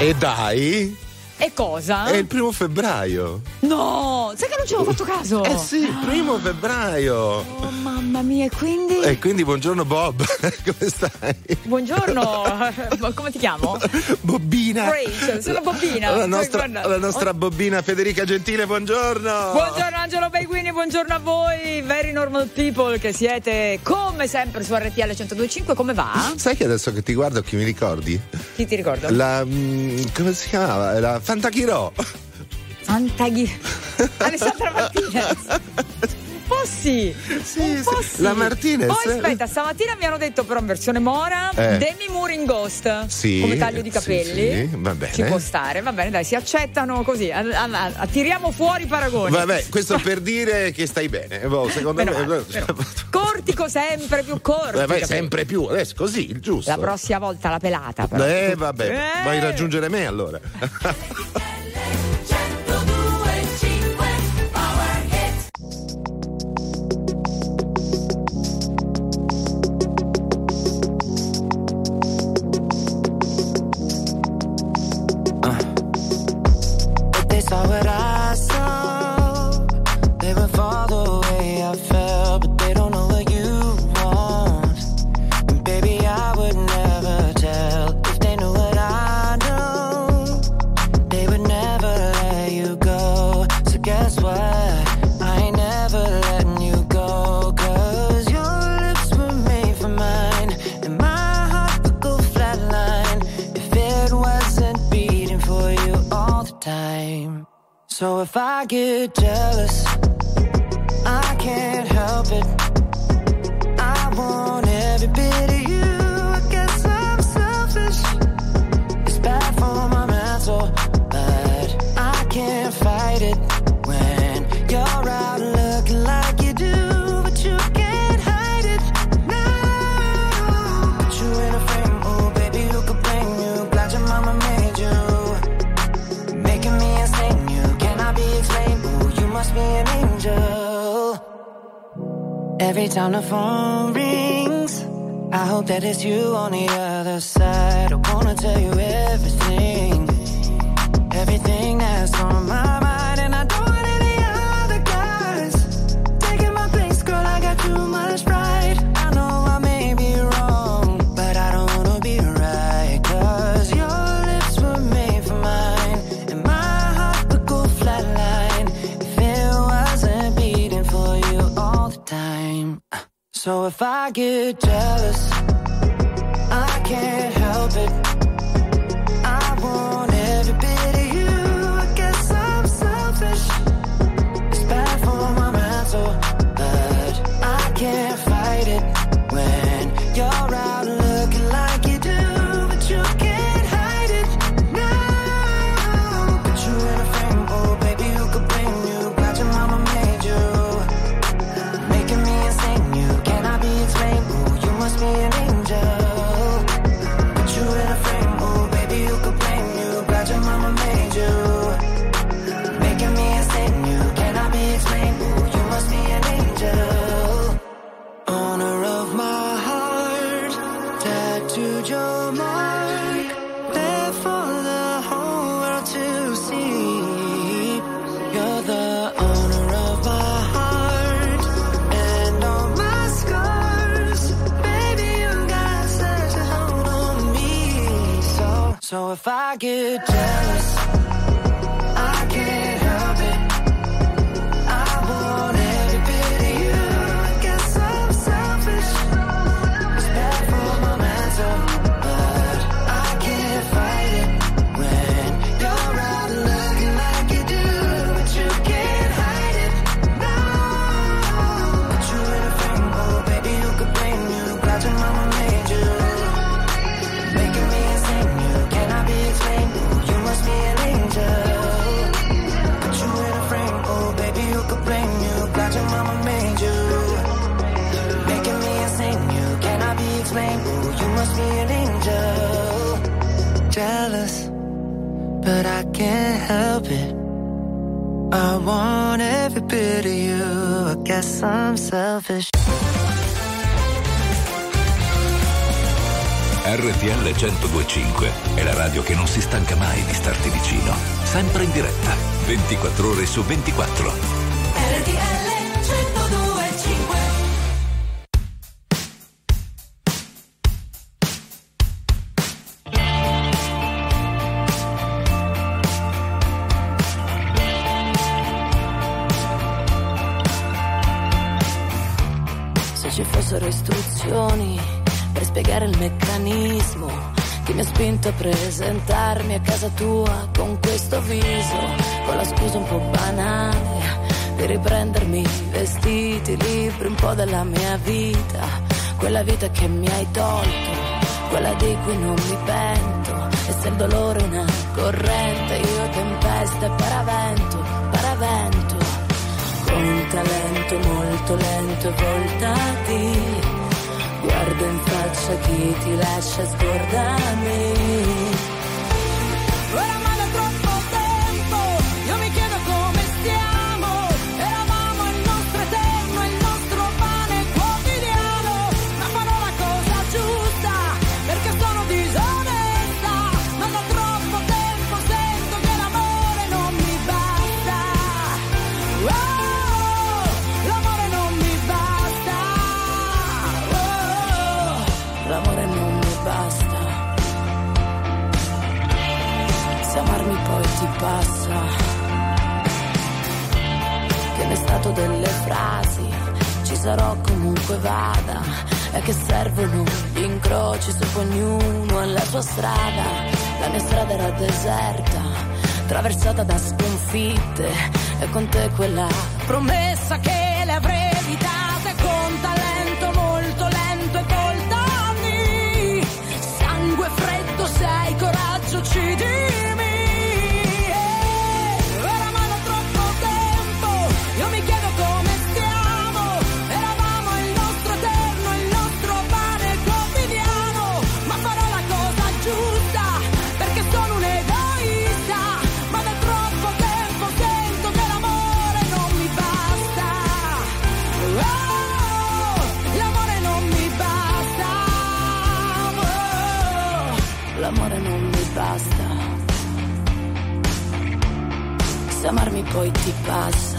E dai? E cosa? È il 1 febbraio. No, sai che non ci avevo fatto caso? Sì, il 1 febbraio. Oh mamma mia, e quindi? E quindi buongiorno Bob, come stai? Buongiorno, come ti chiamo? Bobbina. Rachel, sono Bobbina. La nostra Bobbina Federica Gentile, buongiorno. Buongiorno Angelo Beguini, buongiorno a voi, very normal people che siete come sempre su RTL 102.5, come va? Sai che adesso che ti guardo chi mi ricordi? Chi ti ricordo? Come si chiamava? La Fantachirò. Alessandra Martinez. Un po' sì. La Martinez. Poi aspetta, stamattina mi hanno detto però in versione Mora Demi Moore in Ghost, sì, come taglio di capelli. Sì, va bene. Ci può stare, va bene, dai, si accettano così. Attiriamo fuori i paragoni. Vabbè, questo per dire che stai bene. Secondo me. Cortico sempre più corto. Vai sempre più, adesso così, il giusto. La prossima volta la pelata, però. Vabbè, vai a raggiungere me allora. So if I get jealous, I can't help it. I want every bit of you. I guess I'm selfish. It's bad for my mental, but I can't fight it when you're out looking like you do, but you can't hide it. No, put you in a frame, oh baby, who could blame you? Glad your mama made you, making me insane. Be explained, ooh, you must be an angel. Every time the phone rings, I hope that it's you on the other side. I wanna tell you everything, everything that's on my mind, and I don't want any other guys taking my place, girl. I got too much pride. I know I may be wrong, but I don't wanna be right, 'cause your lips were made for mine, and my flatline if it wasn't beating for you all the time. So if I get jealous, I can't help it. I want every bit of you. I guess I'm selfish. It's bad for my mental, but I can't fight it when you're out looking like you do, but you can't hide it. No, put you in a frame, oh baby, who could blame you? Glad your mama made you, making me insane. You cannot be explained, oh you must be an angel. Put you in a frame, oh baby, who could blame you? Glad your mama made you, making me insane. You cannot be explained, oh you must be an angel. Owner of my heart, tattooed your mark, there for the whole world to see. You're the owner of my heart and all my scars. Baby, you got such a hold on me. So if I get jealous, I can't help it. I want every bit of you. I guess I'm selfish. It's bad for my mental, but I can't fight it when you're out looking like you do, but you can't hide it. No, put you in a frame, oh baby, who could blame you? Glad your mama made you, making me insane. You cannot be explained, oh you must be an angel. Put you in a frame, oh baby, who could blame you? Glad your mama made you, making me insane. You cannot be explained, oh you must be an angel. Jealous, but I can't help it. I want every bit of you. I guess I'm selfish. RTL 102.5 è la radio che non si stanca mai di starti vicino. Sempre in diretta, 24 ore su 24. RTL 102.5. Se ci fossero istruzioni per spiegare il meccanismo che mi ha spinto a presentarmi a casa tua con questo viso, con la scusa un po' banale di riprendermi i vestiti, i libri, un po' della mia vita, quella vita che mi hai tolto, quella di cui non mi pento. E se il dolore è una corrente, io tempesta e paravento, paravento, con un talento molto lento e voltati, guardo in faccia chi ti lascia, scordami. Oramai da troppo tempo io mi chiedo come stiamo. Eravamo il nostro eterno, il nostro pane quotidiano. Ma farò la cosa giusta perché sono disonesta. Ma da troppo tempo sento che l'amore non mi basta. Oh, l'amore non mi basta. Oh, l'amore non mi basta. Se amarmi poi ti passa, che ne è stato delle frasi, ci sarò comunque vada, e che servono gli incroci su ognuno e la sua strada. La mia strada era deserta, attraversata da sconfitte, e con te quella promessa che le avrei evitate, con talento molto lento e voltami, sangue freddo se hai coraggio uccidimi. Oramai da troppo tempo io mi chiedo come stiamo. Eravamo il nostro eterno, il nostro pane quotidiano. Ma farò la cosa giusta perché sono un egoista. Ma da troppo tempo sento che l'amore non mi basta. Oh, l'amore non mi basta. Oh, l'amore non mi basta. Se amarmi poi ti passa.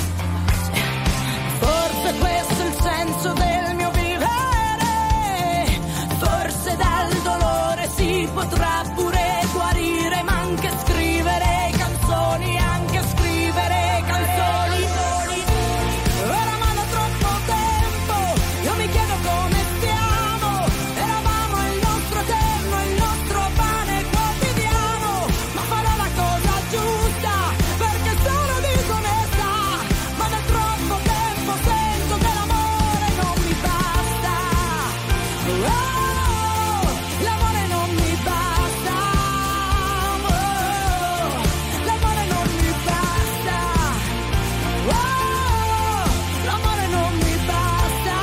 Forse questo è il senso del mio vivere. Forse dal dolore si potrà pure guarire, ma anche scrivere canzoni, anche scrivere canzoni. Oramai da troppo tempo io mi chiedo come stiamo. Eravamo il nostro eterno, il nostro pane quotidiano. Ma farò la cosa giusta perché sono disonesta. Ma da troppo tempo sento che l'amore non mi basta. Oh, l'amore non mi basta. Oh, l'amore non mi basta. Oh, l'amore non mi basta.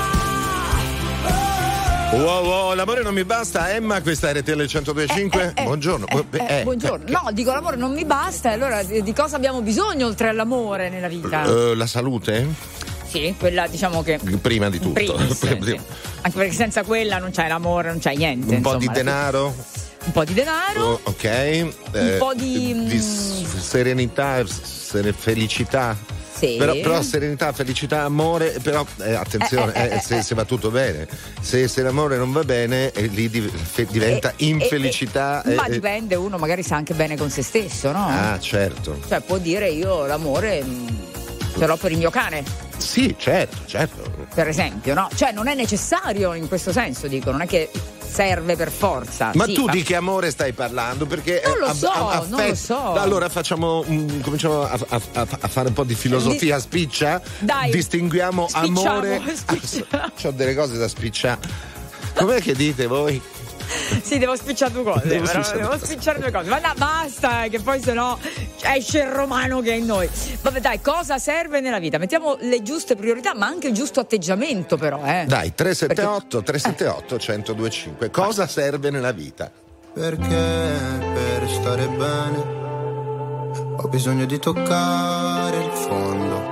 Oh. Wow, wow, l'amore non mi basta. Emma, questa è RTL 102.5. Buongiorno. Buongiorno. No, dico l'amore non mi basta, e allora di cosa abbiamo bisogno oltre all'amore nella vita? La salute? Sì, quella diciamo che Prima di tutto. primis, sì. Anche perché senza quella non c'è l'amore, non c'è niente. Un po' di insomma, denaro. un po' di denaro, Ok. un po' di serenità, felicità. sì. Però serenità, felicità, amore, però attenzione, se va tutto bene. Se l'amore non va bene, lì diventa infelicità. Ma dipende, uno magari sa anche bene con se stesso, no? Ah, certo. Cioè può dire io l'amore ce l'ho per il mio cane, Sì, certo. per esempio, no? Cioè non è necessario in questo senso, dico, non è che serve per forza. Ma sì, tu di che amore stai parlando? Perché Non lo so, non lo so. Allora cominciamo a fare un po' di filosofia a spiccia. Dai, distinguiamo spicciamo, amore. spicciamo. C'ho delle cose da spicciare. Com'è che dite voi? Sì, devo spicciare due cose, Devo però spicciare devo spicciare due cose. Ma no, basta, che poi sennò esce il romano che è in noi. Vabbè, dai, cosa serve nella vita? Mettiamo le giuste priorità, ma anche il giusto atteggiamento, però, Dai, 378 1025. Cosa serve nella vita? Perché per stare bene ho bisogno di toccare il fondo.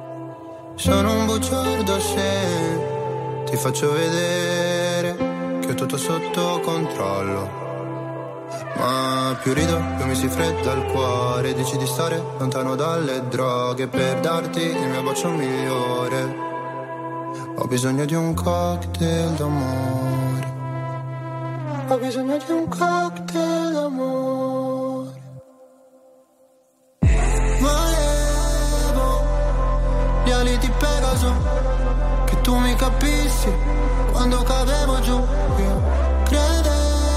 Sono un bugiardo se ti faccio vedere che che è tutto sotto controllo. Ma più rido, più mi si fredda il cuore. Dici di stare lontano dalle droghe per darti il mio bacio migliore. Ho bisogno di un cocktail d'amore. Ho bisogno di un cocktail d'amore. Volevo gli ali di Pegaso, che tu mi capissi quando cadevo giù. Io credevo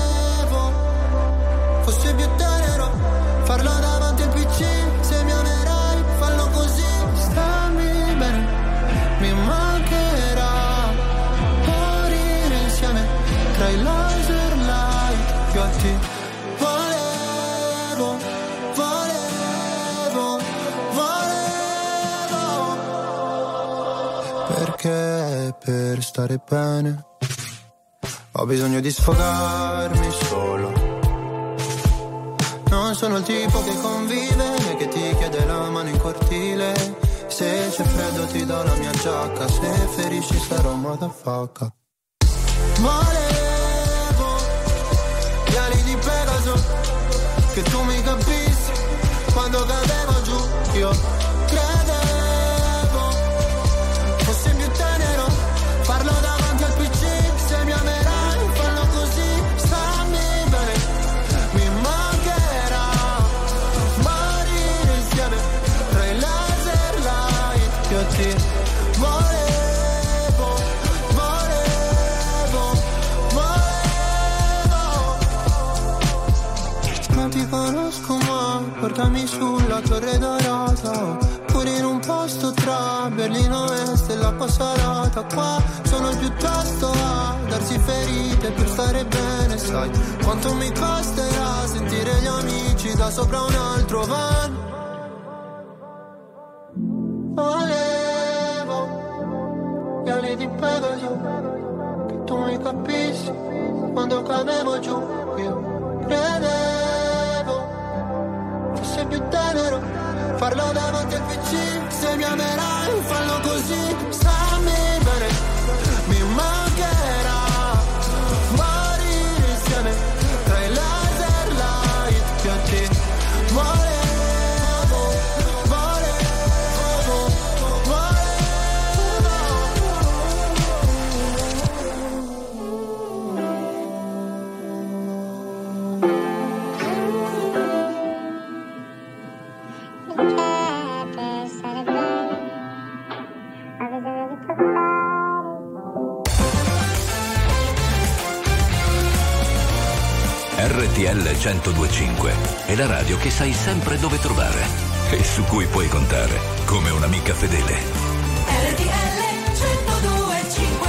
fosse più tenero farlo davanti al PC. Se mi amerai, fallo così. Stammi bene, mi mancherà morire insieme tra i laser light. Io a te volevo, volevo, volevo. Perché per stare bene ho bisogno di sfogarmi solo. Non sono il tipo che convive né che ti chiede la mano in cortile. Se c'è freddo ti do la mia giacca, se ferisci sarò motherfucker. Volevo gli ali di Pegaso, che tu mi capissi quando cadevo giù. Io credevo fosse più tenero farlo davanti al PC. Se mi amerai, fallo così. Stammi bene, mi mancherà morire insieme tra i laser light. Io ti volevo, volevo, volevo. Non ti conosco ma portami sulla Torre Dorata, pure in un posto tra Berlino Est e la Passarata. Qua sono piuttosto a darsi ferite per stare bene. Sai quanto mi costerà sentire gli amici da sopra un altro van. Volevo gli ali di Pegaso, che tu mi capissi quando cadevo giù. Io credevo fosse più tenero farlo davanti al PC. Se mi amerai, fallo così. Stammi bene, mi mancherà morire insieme tra i laser light. Che a te volevo, volevo, RTL 102.5 è la radio che sai sempre dove trovare e su cui puoi contare come un'amica fedele. RTL 102.5.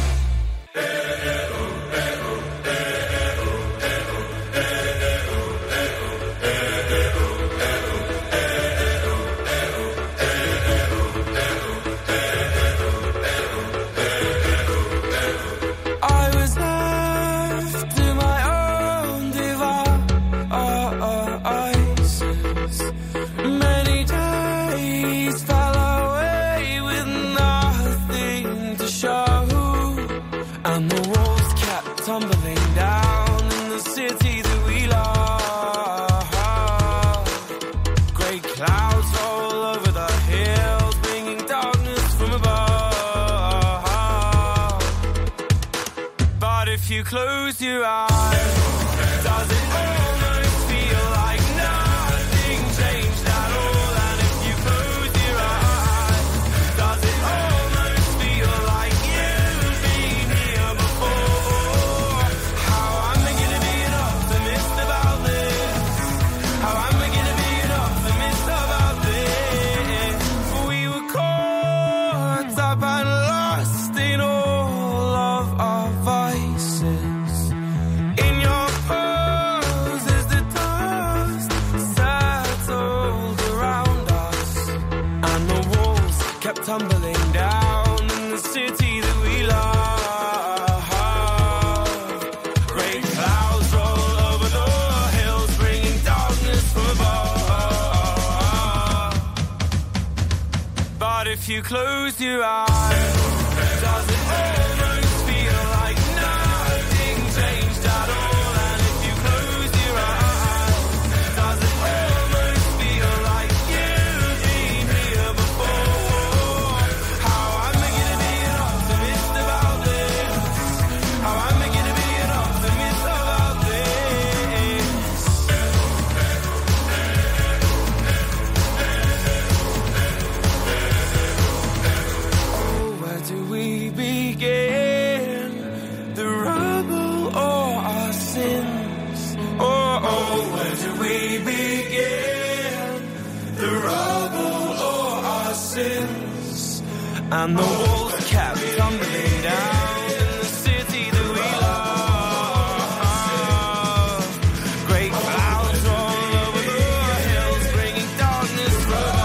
Close your eyes. Does it almost feel like nothing changed at all? And if you close your eyes, does it almost feel like you've been here before? How am I gonna be an optimist about this? How am I gonna be an optimist about this? We were caught up and lost in all of our vices. Tumbling down in the city that we love. Great clouds roll over the hills, bringing darkness from above. But if you close your eyes, does it almost feel like nothing and the walls kept tumbling down in the city that we love. Great clouds all over the hills, bringing darkness from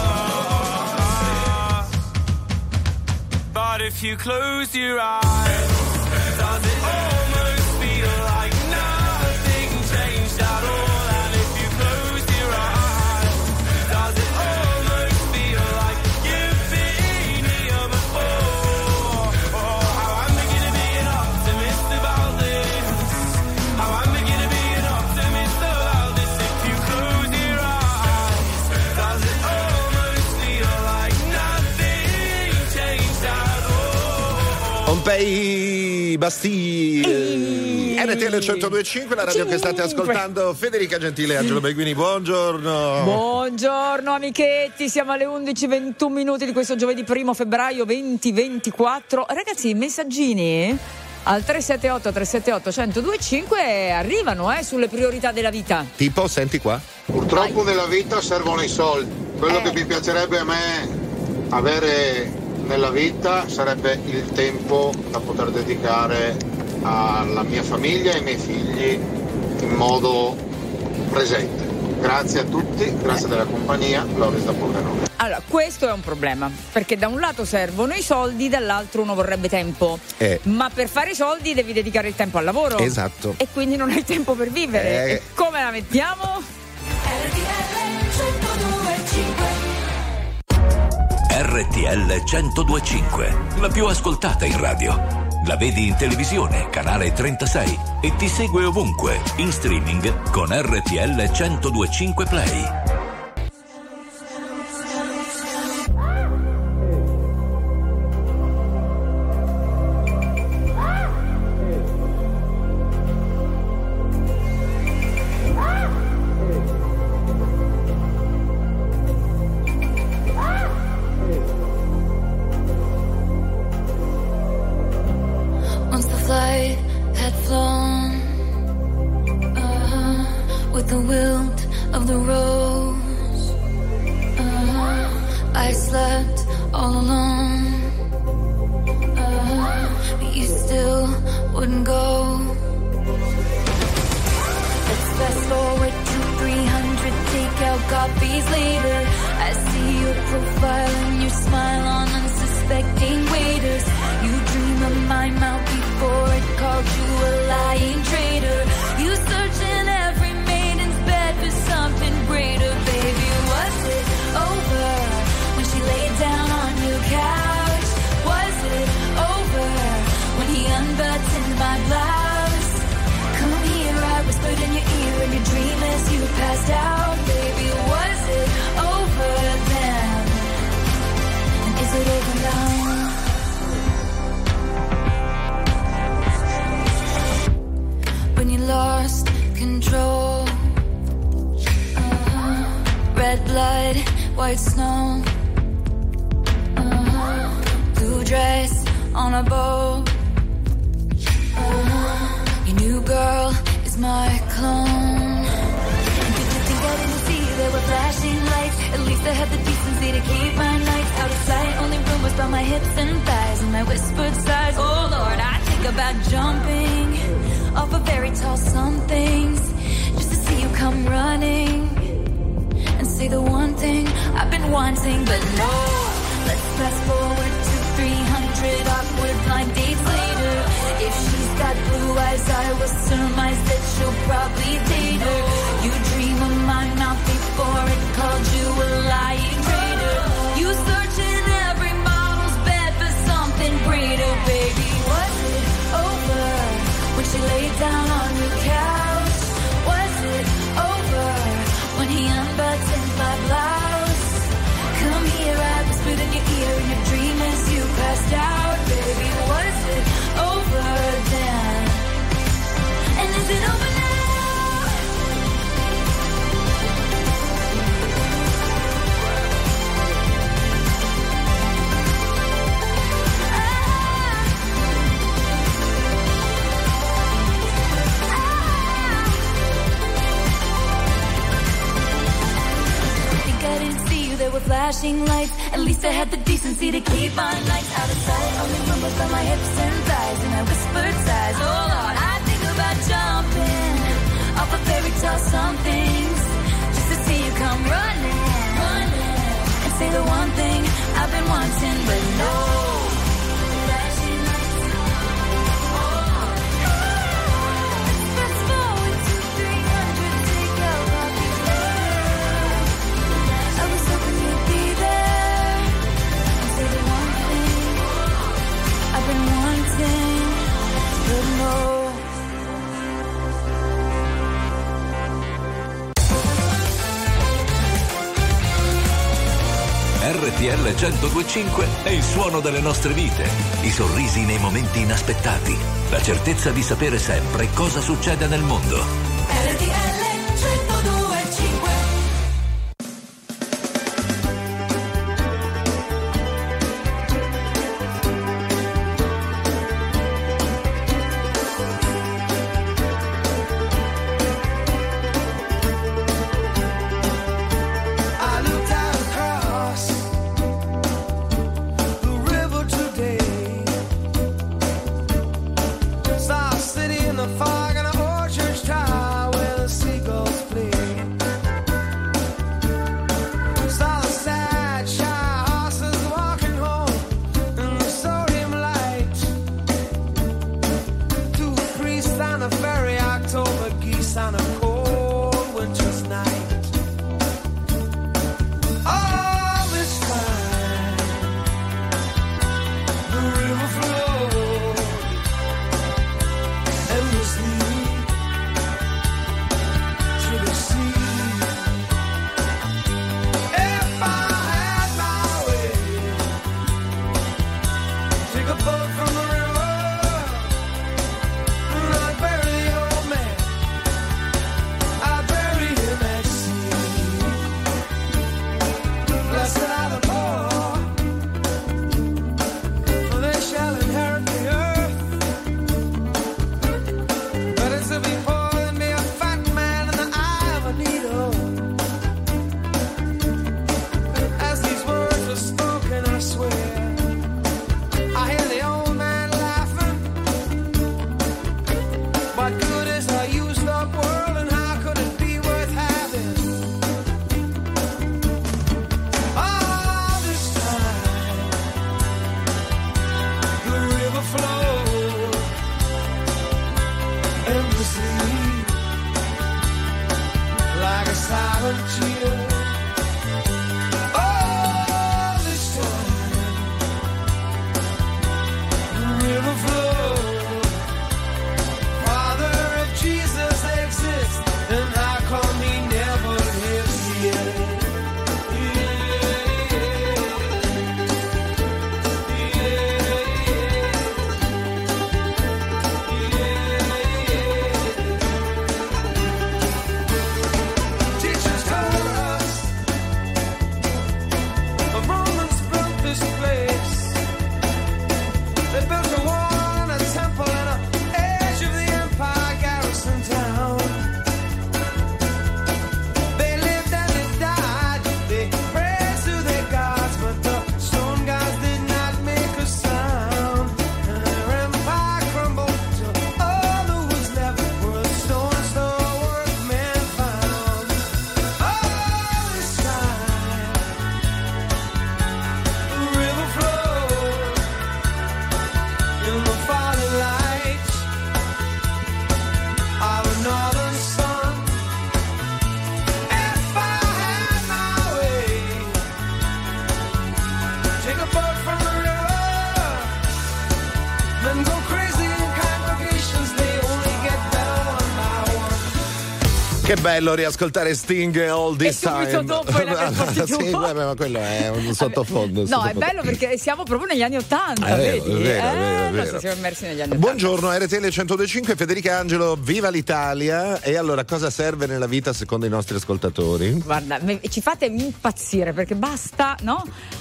us. But if you close your eyes, does it almost feel like nothing changed at all? And if you close your eyes, does it almost feel like you've been here before? Oh, how I'm beginning to be an optimist about this. How I'm beginning to be an optimist about this. If you close your eyes, does it almost feel like nothing changed at all? Pompei Bastille, RTL 102.5, la radio che state ascoltando. Federica Gentile e Angelo Beguini, buongiorno. Buongiorno amichetti, siamo alle 11:21 minuti di questo giovedì 1 febbraio 2024. Ragazzi, i messaggini al 378 378 1025 arrivano sulle priorità della vita. Tipo, senti qua. Purtroppo nella vita servono i soldi. Quello che mi piacerebbe a me avere nella vita sarebbe il tempo da poter dedicare alla mia famiglia e ai miei figli in modo presente. Grazie a tutti, grazie della compagnia, Loris da Pordenone. Allora, questo è un problema, perché da un lato servono i soldi, dall'altro uno vorrebbe tempo. Ma per fare i soldi devi dedicare il tempo al lavoro. Esatto. E quindi non hai tempo per vivere. E come la mettiamo? RTL 102.5, la più ascoltata in radio. La vedi in televisione, canale 36, e ti segue ovunque, in streaming con RTL 102.5 Play. With the wilt of the rose, I slept all alone, but you still wouldn't go. Let's fast forward to 300 takeout coffees later. I see your profile and your smile on unsuspecting waiters. You dream of my mouth before it called you a lying traitor. You search in every maiden's bed for something greater, baby. Was it over when she laid down on your couch? Was it over when he unbuttoned my blouse? Come here, I whispered in your ear in your dream as you passed out, baby. Was it over then? And is it over now? When you lost control, red blood, white snow, blue dress on a boat, your new girl is my clone. Did you think I didn't see there were flashing lights? At least I had the decency to keep my nights out of sight. Only rumors about my hips and thighs and my whispered sighs. Oh Lord, I think about jumping off a very tall somethings just to see you come running and say the one thing I've been wanting. But no, let's fast forward to 300 awkward blind dates later. If she's got blue eyes, I will surmise that she'll probably date her. You dream of my mouth before it called you a lying traitor. You search in every model's bed for something greater, baby. Was it over when she laid down on your couch? Was it over when he unbuttoned my blouse? Come here, I whispered in your ear in your dream as you passed out, baby. Was it over then? And is it over now? flashing lights. At least I had the decency to keep my nights out of sight. Only rumbles on my hips and thighs, and I whispered sighs. Oh Lord, I think about jumping off a fairy tale somethings, just to see you come running, and say the one thing I've been wanting, but no. RTL 102.5 è il suono delle nostre vite, i sorrisi nei momenti inaspettati, la certezza di sapere sempre cosa succede nel mondo. RTL 102.5. Che bello riascoltare Sting all this time. E subito dopo sì, ma quello è un sottofondo. No, è bello perché siamo proprio negli anni '80, vedi? È vero. Siamo immersi negli anni '80. Buongiorno, RTL 102.5, Federica Angelo, viva l'Italia. E allora cosa serve nella vita secondo i nostri ascoltatori? Guarda, ci fate impazzire perché basta, no?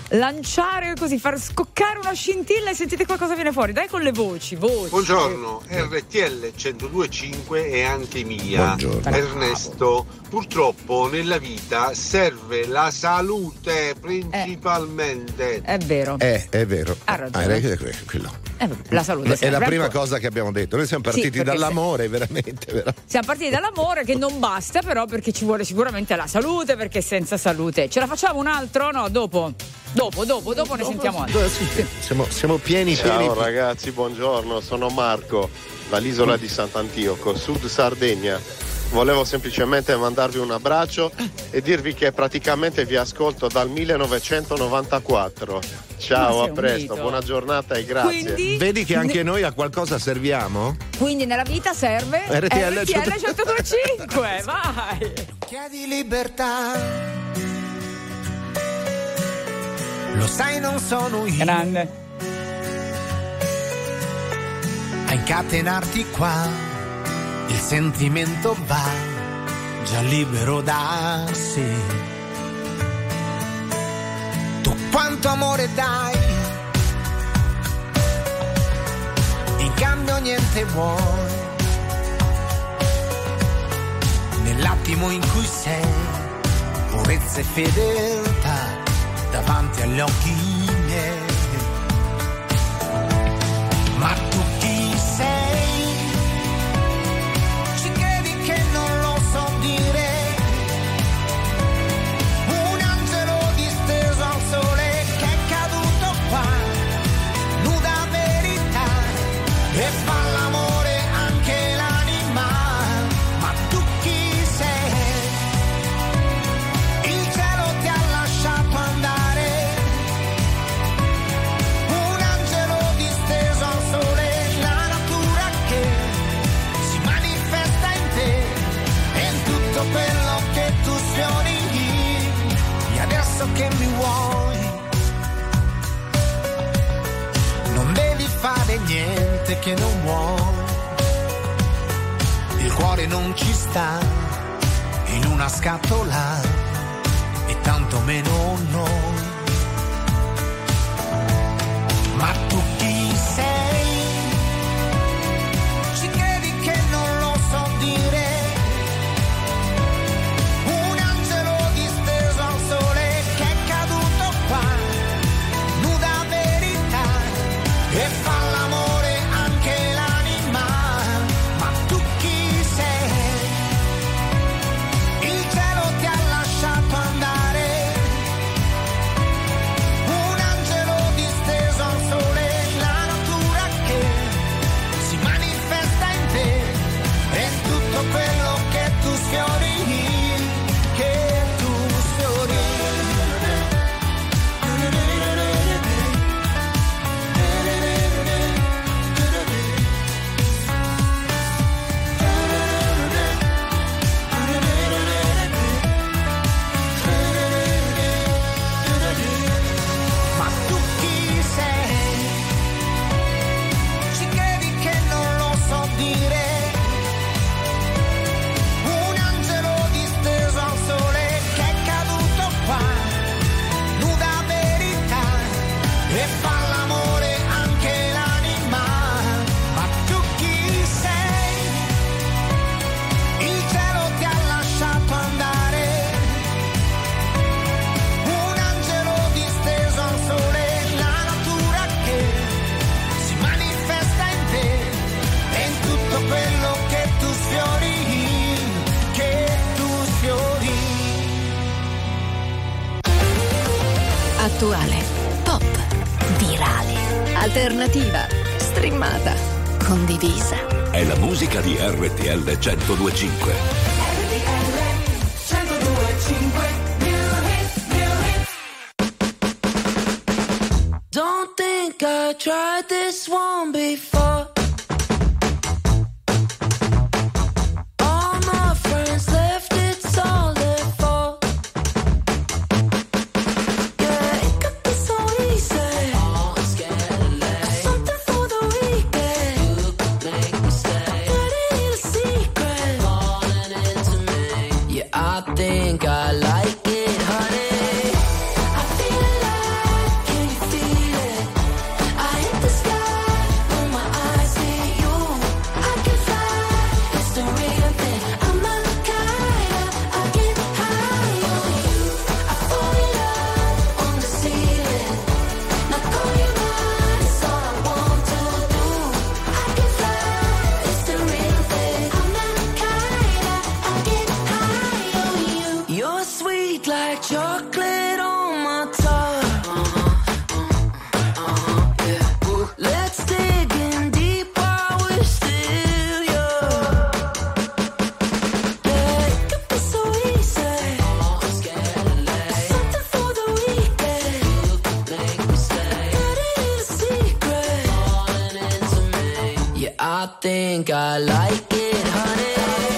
lanciare così, far scoccare una scintilla e sentite qualcosa viene fuori. Dai con le voci. Buongiorno, RTL 102.5 è anche mia. Buongiorno. Ernesto, purtroppo nella vita serve la salute principalmente. È vero. È vero. Ha ragione. Quello. La salute È serve la prima ancora. cosa che abbiamo detto. Noi siamo partiti perché dall'amore, veramente. Siamo partiti dall'amore, che non basta però, perché ci vuole sicuramente la salute, perché senza salute. Ce la facciamo un altro? No, dopo ne sentiamo altro. Siamo pieni. Ciao ragazzi, buongiorno, sono Marco dall'isola di Sant'Antioco, Sud Sardegna. Volevo semplicemente mandarvi un abbraccio e dirvi che praticamente vi ascolto dal 1994. Ciao, a presto, buona giornata e grazie. Quindi, vedi che anche noi a qualcosa serviamo? Quindi nella vita serve RTL 102.5, vai! Chiedi libertà, lo sai non sono io Grande. a incatenarti qua. Il sentimento va già libero da sé. Tu quanto amore dai, in cambio niente vuoi. Nell'attimo in cui sei, purezza e fedeltà davanti agli occhi miei. Ma tu chi sei? Un angelo disteso al sole che è caduto qua, nuda verità, e fa l'amore anche l'anima. Ma tu chi sei? Il cielo ti ha lasciato andare. Un angelo disteso al sole, la natura che si manifesta in te e in tutto quello che tu sfiori. E adesso che mi vuoi, non devi fare niente che non vuoi. Il cuore non ci sta in una scatola e tanto meno noi. Ma tu chi sei? Ci credi che non lo so dire? Un angelo disteso al sole che è caduto qua, nuda verità, e fa l'amore anche l'anima. Ma tu chi sei? Il cielo ti ha lasciato andare. Un angelo disteso al sole, la natura che si manifesta in te e in tutto quello che tu sfiori. Che tu sfiori. Ma tu chi sei? Ci credi che non lo so dire? Un angelo disteso al sole che è caduto qua, nuda verità, e fa l'amore anche l'anima. Ma tu chi sei? Il cielo ti ha lasciato andare. Un angelo disteso al sole, la natura che si manifesta in te e in tutto quello che tu sfiori. Che tu sfiori. Attuale, pop, virale, alternativa, streamata, condivisa. È la musica di RTL 102.5. Don't think I tried this one before. All my friends left, it's all their fault. Yeah, it could be so easy. Something for the weekend. You could make me stay. Dirty little secret. Falling into me. Yeah, I think I like it, honey. I feel alive. I think I like it, honey.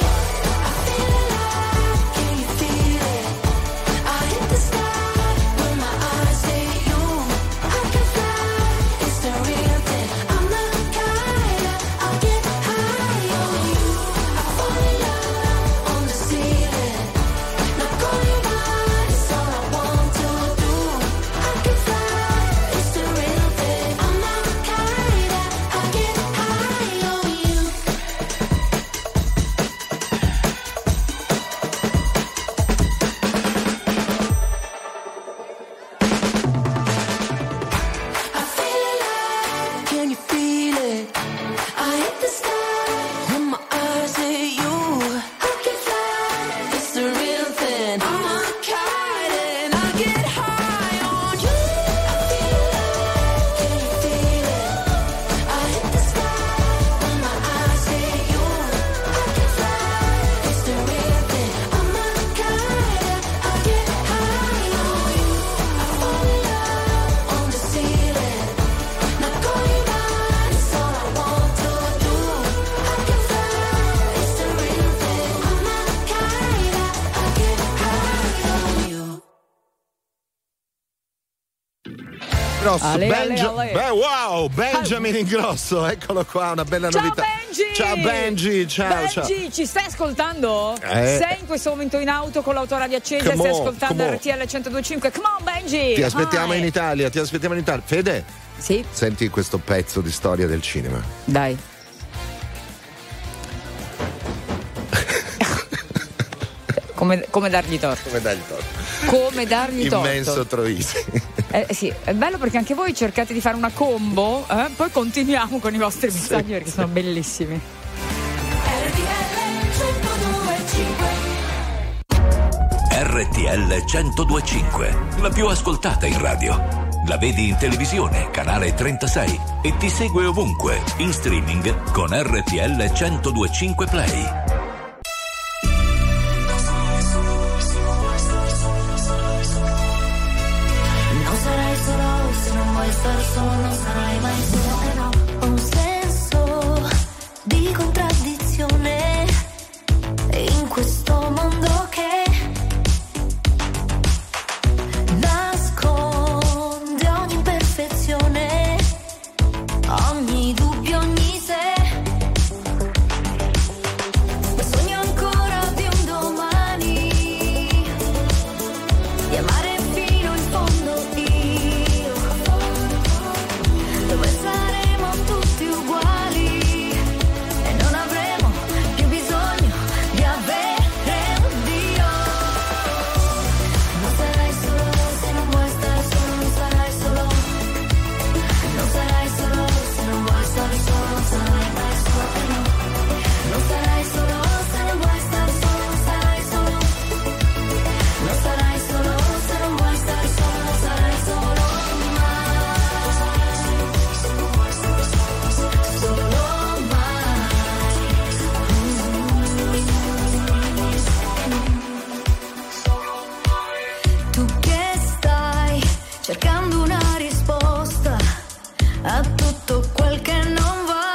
Beh, wow, Benjamin Ingrosso, eccolo qua, una bella novità. Benji! Ciao Benji, ciao. Benji, ci stai ascoltando? Sei in questo momento in auto con l'autoradio accesa e stai ascoltando RTL 102.5. Come on Benji! Ti aspettiamo in Italia, Fede? Sì? Senti questo pezzo di storia del cinema. Dai. Come dargli torto? Come dargli torto? Immenso Troisi. Sì, è bello perché anche voi cercate di fare una combo, poi continuiamo con i vostri messaggi perché sono bellissimi. RTL 102.5, la più ascoltata in radio. La vedi in televisione, canale 36 e ti segue ovunque, in streaming con RTL 102.5 Play. Star solo, non sarai mai solo, no. Ho un senso di contraddizione in questo mondo che nasconde ogni imperfezione, ogni dubbio, ogni sé. Sogno ancora di un domani, di amare fino in fondo io, dove saremo tutti uguali e non avremo più bisogno di avere un Dio. Non sarai solo se non vuoi stare solo, non sarai solo. Non sarai solo se non vuoi stare solo, non sarai mai solo, no. Non sarai solo se non vuoi stare solo, non sarai solo. Non sarai solo se non vuoi stare solo, non sarai solo mai. Solo mai. Tu che stai cercando una risposta a tutto quel che non va,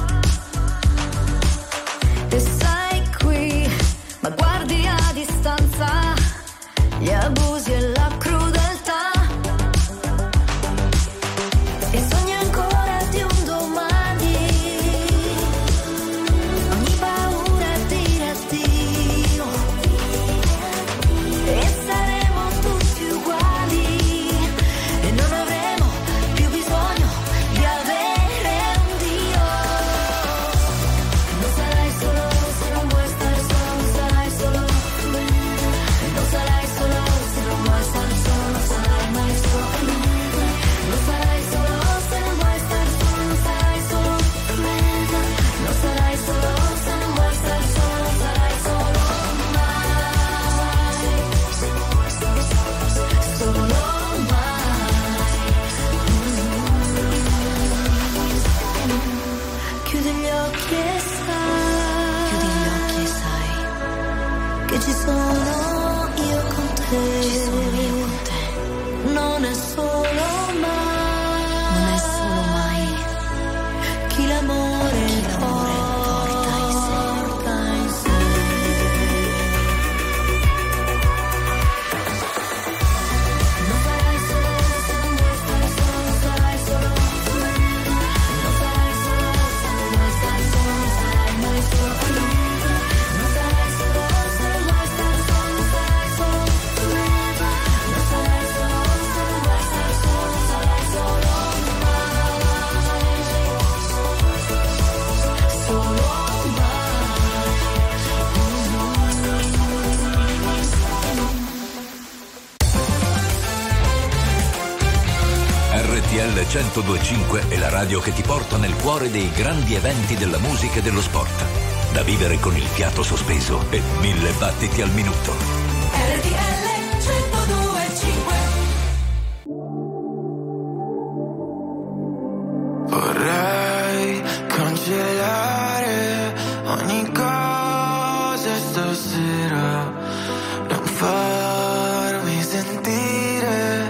e sei qui ma guardi a distanza gli abusi e la crudeltà, e sogni ancora di un domani, ogni paura è dire addio, e saremo tutti uguali e non avremo più bisogno di avere un Dio. Non sarai solo se non vuoi stare solo, non sarai solo. Non sarai solo se non vuoi stare solo, non sarai mai solo. Non sarai solo se non vuoi stare solo, non sarai solo. Non sarai solo se non vuoi stare solo, non sarai solo mai. Solo mai. Chiudi gli occhi e sai. Chiudi gli occhi e sai che ci sono io con te. Ci sono io con te. Non è solo mai. Non è solo mai. Chi l'amore 102.5 è la radio che ti porta nel cuore dei grandi eventi della musica e dello sport. Da vivere con il fiato sospeso e 1000 battiti al minuto. RTL 102.5. Vorrei cancellare ogni cosa stasera, non farmi sentire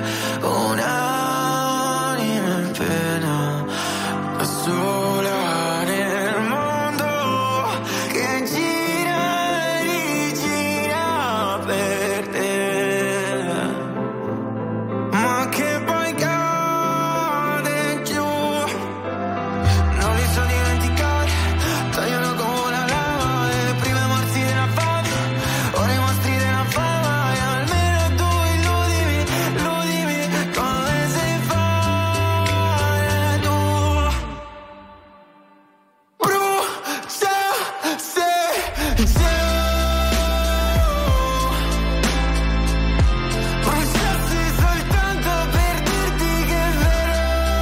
un'anima in pena, da sola nel mondo che gira e rigira per te, ma che poi cade giù. Non li so dimenticare, tagliano come una lama, le prime morsi della fame, ora i mostri della fama, e almeno tu illudimi come sai fare tu. Brucia se bruciassi soltanto per dirti che è vero,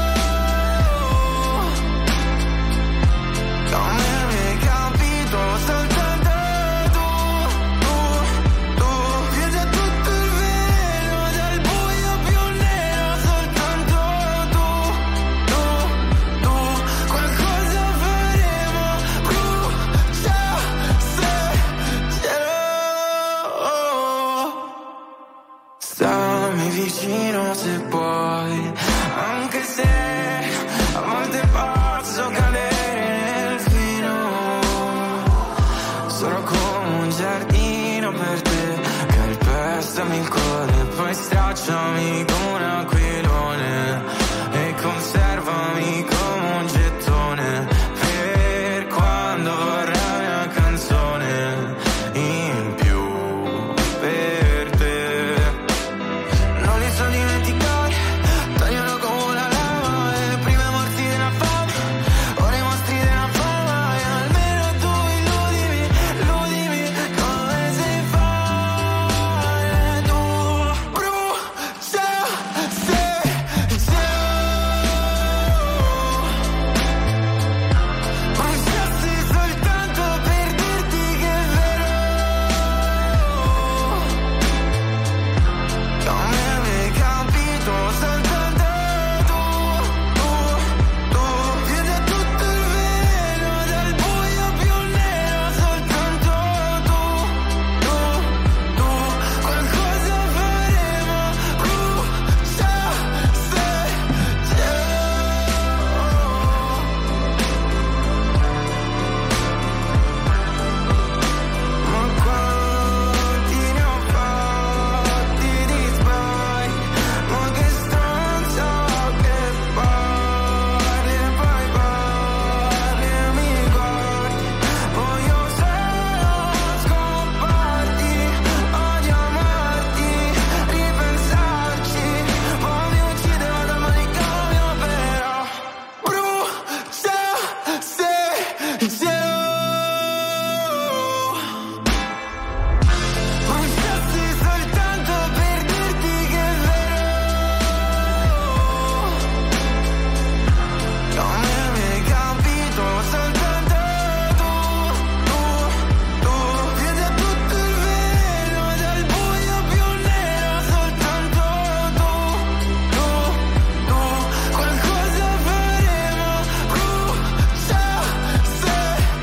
come mi hai capito soltanto tu, chiudi tutto il velo dal buio più nero, soltanto tu, qualcosa faremo, brucia se stammi vicino se puoi, anche se a volte posso cadere nel filo, sono come un giardino per te, calpestami il cuore, poi stracciami come un aquilone e conservami come un gettone per quando vorrai una canzone in più per te. Non li so dimenticare, tagliano come una lama, le prime morti della fame, ora i mostri della fama, e almeno tu illudimi come sai fare tu. Brucia se bruciassi soltanto per dirti che è vero, come avevi capito soltanto tu, chiudi tutto il velo dal buio più nero, soltanto tu, qualcosa faremo, brucia se ma quanti ne ho fatti di sbagli, ma che stronza che parli e poi parli e mi guardi, voglio solo scomparti, odio amarti, ripensarci, poi mi uccide vado al manicomio, però brucia se bruciassi soltanto per dirti che è vero, come avevi capito soltanto tu, chiudi tutto il velo dal buio più nero, soltanto tu, qualcosa faremo, brucia se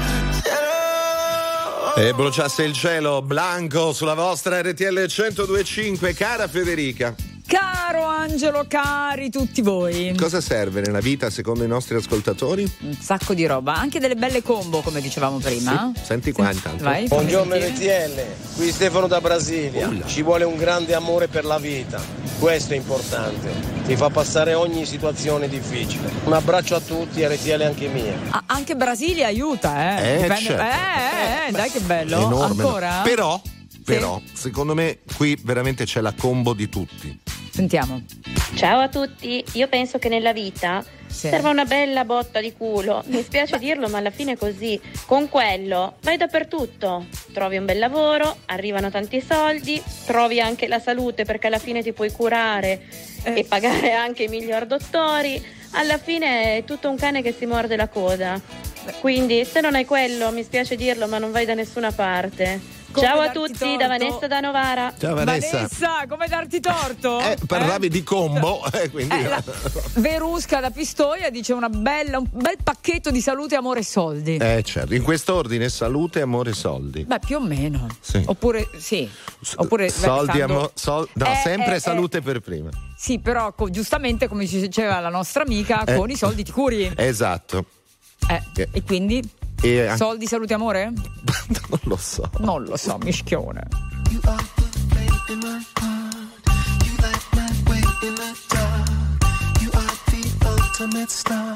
E bruciasse il cielo, Blanco sulla vostra RTL 102.5. Cara Federica, Caro Angelo, cari tutti voi. cosa serve nella vita secondo i nostri ascoltatori? Un sacco di roba, anche delle belle combo come dicevamo prima. Sì, senti qua intanto. Vai, Buongiorno fammi sentire. RTL, qui Stefano da Brasilia. Ci vuole un grande amore per la vita, questo è importante, ti fa passare ogni situazione difficile. Un abbraccio a tutti, RTL anche mia. Ah, anche Brasilia aiuta, Dipende- certo. dai che bello. Enorme. Ancora? Però, secondo me qui veramente c'è la combo di tutti. Sentiamo. Ciao a tutti, io penso che nella vita serva una bella botta di culo, mi spiace dirlo ma alla fine è così, con quello vai dappertutto, trovi un bel lavoro, arrivano tanti soldi, trovi anche la salute perché alla fine ti puoi curare e pagare anche i miglior dottori, alla fine è tutto un cane che si morde la coda. Quindi se non hai quello, mi spiace dirlo, ma non vai da nessuna parte. Come Ciao a darti tutti, torto? da Vanessa da Novara. Ciao Vanessa. Come darti torto? Parlavi di combo, quindi Verusca da Pistoia dice un bel pacchetto di salute, amore e soldi. certo, in quest'ordine: salute, amore, soldi. Beh, più o meno. Sì. Oppure sì. Oppure soldi, stando... sempre salute per prima. Sì, però giustamente, come ci diceva la nostra amica, con i soldi ti curi. Esatto. E quindi? Soldi, salute, amore? Non lo so. Non lo so, mischione. You are the flame in my heart. You light my way in the dark. You are the ultimate star.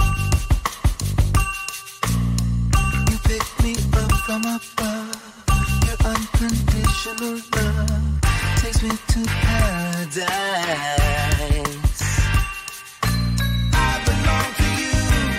You pick me up from above. Your unconditional love takes me to paradise. I belong to you.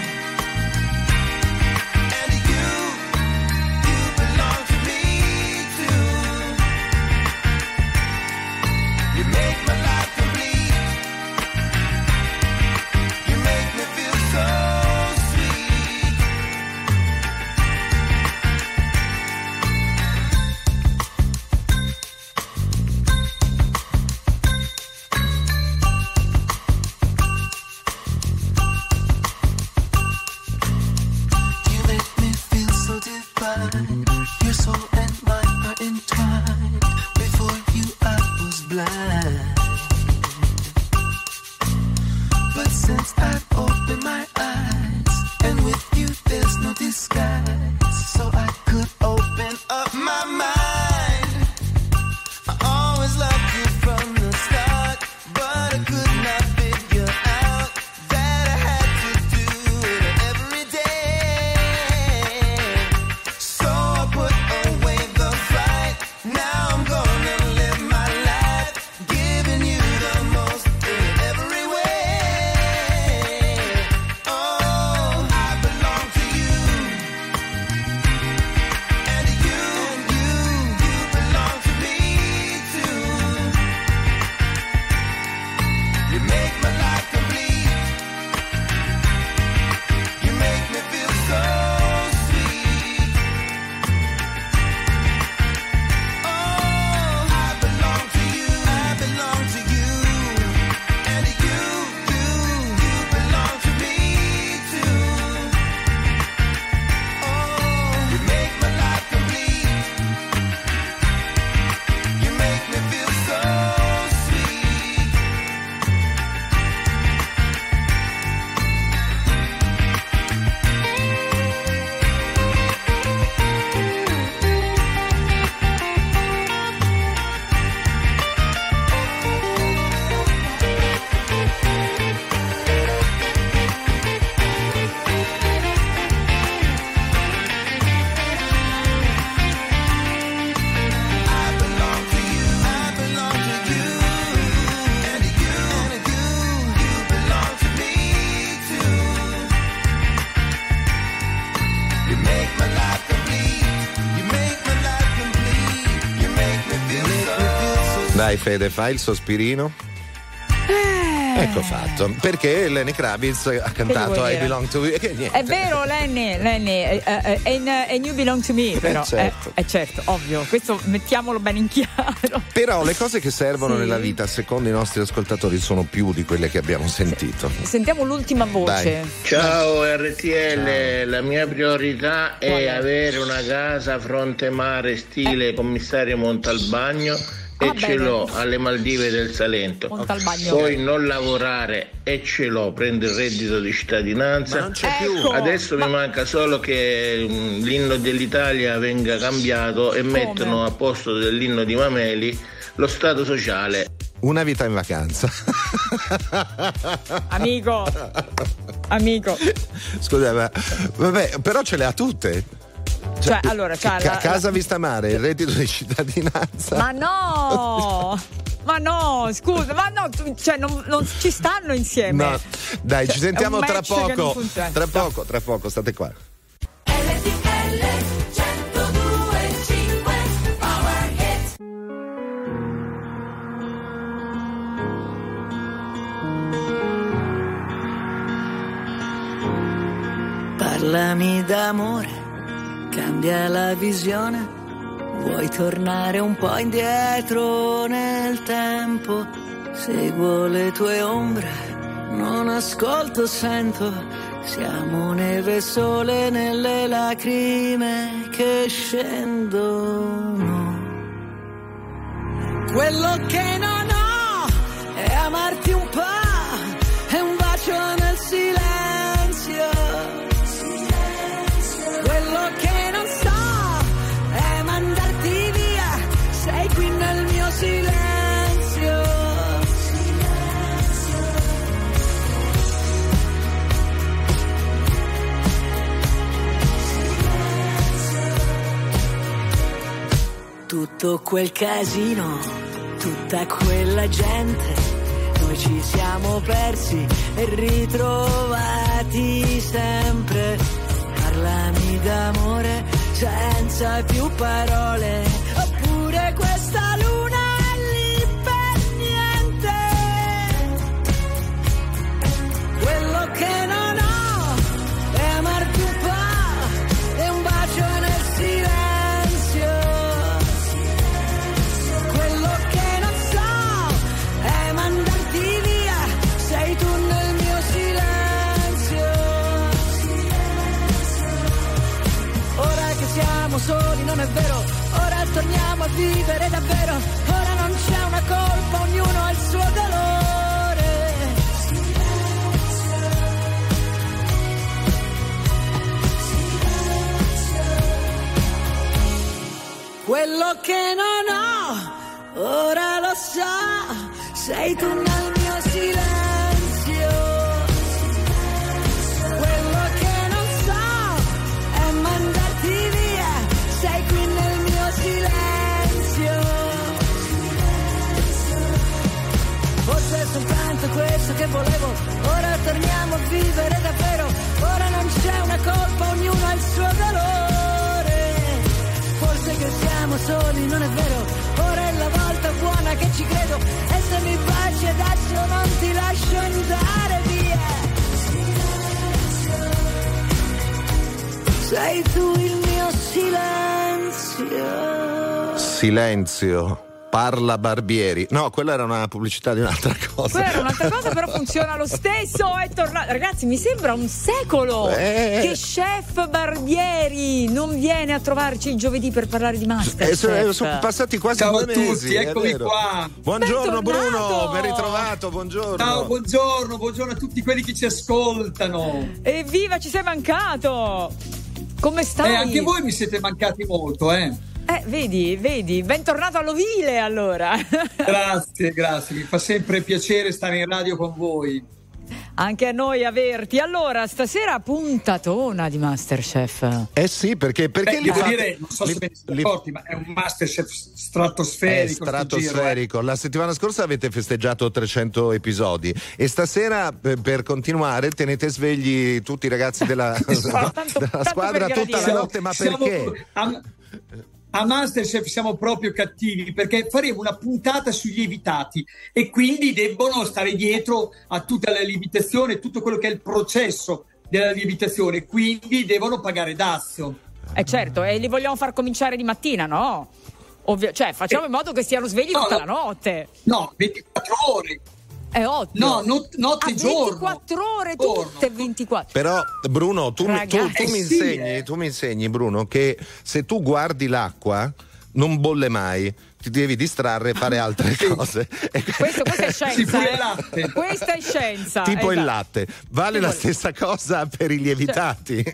Your soul and mine are entwined. Before you I was blind, but since I've opened my eyes, and with you there's no disguise, so I could open up my mind. I always loved you from the start, but I could not figure out that I had to do it every day. Now I'm gonna live my life, giving you the most in every way. Oh, I belong to you, and you belong to me too. You make my life complete. You make me feel so. Dai Fede, fai il sospirino. Ecco fatto, perché Lenny Kravitz ha cantato I Belong to You. È vero, Lenny, and You Belong to Me, però certo. È certo, ovvio, questo mettiamolo bene in chiaro. Però le cose che servono nella vita, secondo i nostri ascoltatori, sono più di quelle che abbiamo sentito. Sentiamo l'ultima voce. Dai. Ciao RTL, la mia priorità è avere una casa fronte mare stile commissario Montalbagno. E ce l'ho alle Maldive del Salento. Poi non lavorare e ce l'ho, prendo il reddito di cittadinanza. Ma non c'è più. Adesso mi manca solo che l'inno dell'Italia venga cambiato e mettano a posto dell'inno di Mameli lo stato sociale. Una vita in vacanza. Amico. Scusa, ma vabbè, però ce le ha tutte. Cioè, allora, casa vista mare, il reddito di cittadinanza. Ma no, scusa, ma no, cioè non ci stanno insieme. No, dai, ci sentiamo tra poco. Tra poco, state qua. Parlami d'amore, cambia la visione. Vuoi tornare un po' indietro nel tempo? Seguo le tue ombre, non ascolto, sento. Siamo neve e sole nelle lacrime che scendono. Quello che non ho è amarti un po', è un bacio nel silenzio. Quello che non so è mandarti via, sei qui nel mio silenzio. Tutto quel casino, tutta quella gente, noi ci siamo persi e ritrovati sempre. Parlami d'amore senza più parole, oppure questa luna è lì per niente. Quello che non ho è amarti un po', è un bacio nel silenzio. Quello che non so è mandarti via, sei tu nel mio silenzio. Ora che siamo soli non è vero, ora torniamo a vivere davvero, ora non c'è una colpa, ognuno ha il suo dolore. Quello che non ho, ora lo so, sei tu nel mio silenzio. Quello che non so è mandarti via, sei qui nel mio silenzio. Forse è soltanto questo che volevo, ora torniamo a vivere davvero, ora non c'è una colpa, ognuno ha il suo dolore. Forse che siamo soli, non è vero, ora è la volta buona che ci credo, e se mi baci adesso non ti lascio andare via. Sei tu il mio silenzio. Silenzio. Parla Barbieri. No, quella era una pubblicità di un'altra cosa. Quella era un'altra cosa, però funziona lo stesso. È tornato. Ragazzi, mi sembra un secolo che Chef Barbieri non viene a trovarci il giovedì per parlare di Masterchef. Sono passati quasi Ciao 2 a tutti, mesi. eccomi qua. Buongiorno Bentornato. Bruno, ben ritrovato, buongiorno. Ciao, buongiorno a tutti quelli che ci ascoltano. Evviva, ci sei mancato. Come stai? Anche voi mi siete mancati molto, Vedi, bentornato all'ovile allora. Grazie, mi fa sempre piacere stare in radio con voi. Anche a noi averti. Allora, stasera puntatona di Masterchef. Sì, perché devo dire, non so se ve ne siete accorti, ma è un Masterchef stratosferico. Stratosferico. La settimana scorsa avete festeggiato 300 episodi e stasera per continuare tenete svegli tutti i ragazzi della squadra tutta la notte, ma perché? A Masterchef siamo proprio cattivi perché faremo una puntata sugli lievitati e quindi debbono stare dietro a tutta la lievitazione, tutto quello che è il processo della lievitazione, quindi devono pagare dazio. Certo, e li vogliamo far cominciare di mattina, no? Cioè, facciamo in modo che stiano svegli tutta la notte. No, 24 ore. È ottimo. No, notte giorno. 24 ore, tutte 24. Però Bruno, tu mi insegni Bruno che se tu guardi l'acqua non bolle mai, ti devi distrarre e fare altre cose. Questa è scienza. Questa è scienza. Tipo il latte. Vale la stessa cosa per i lievitati?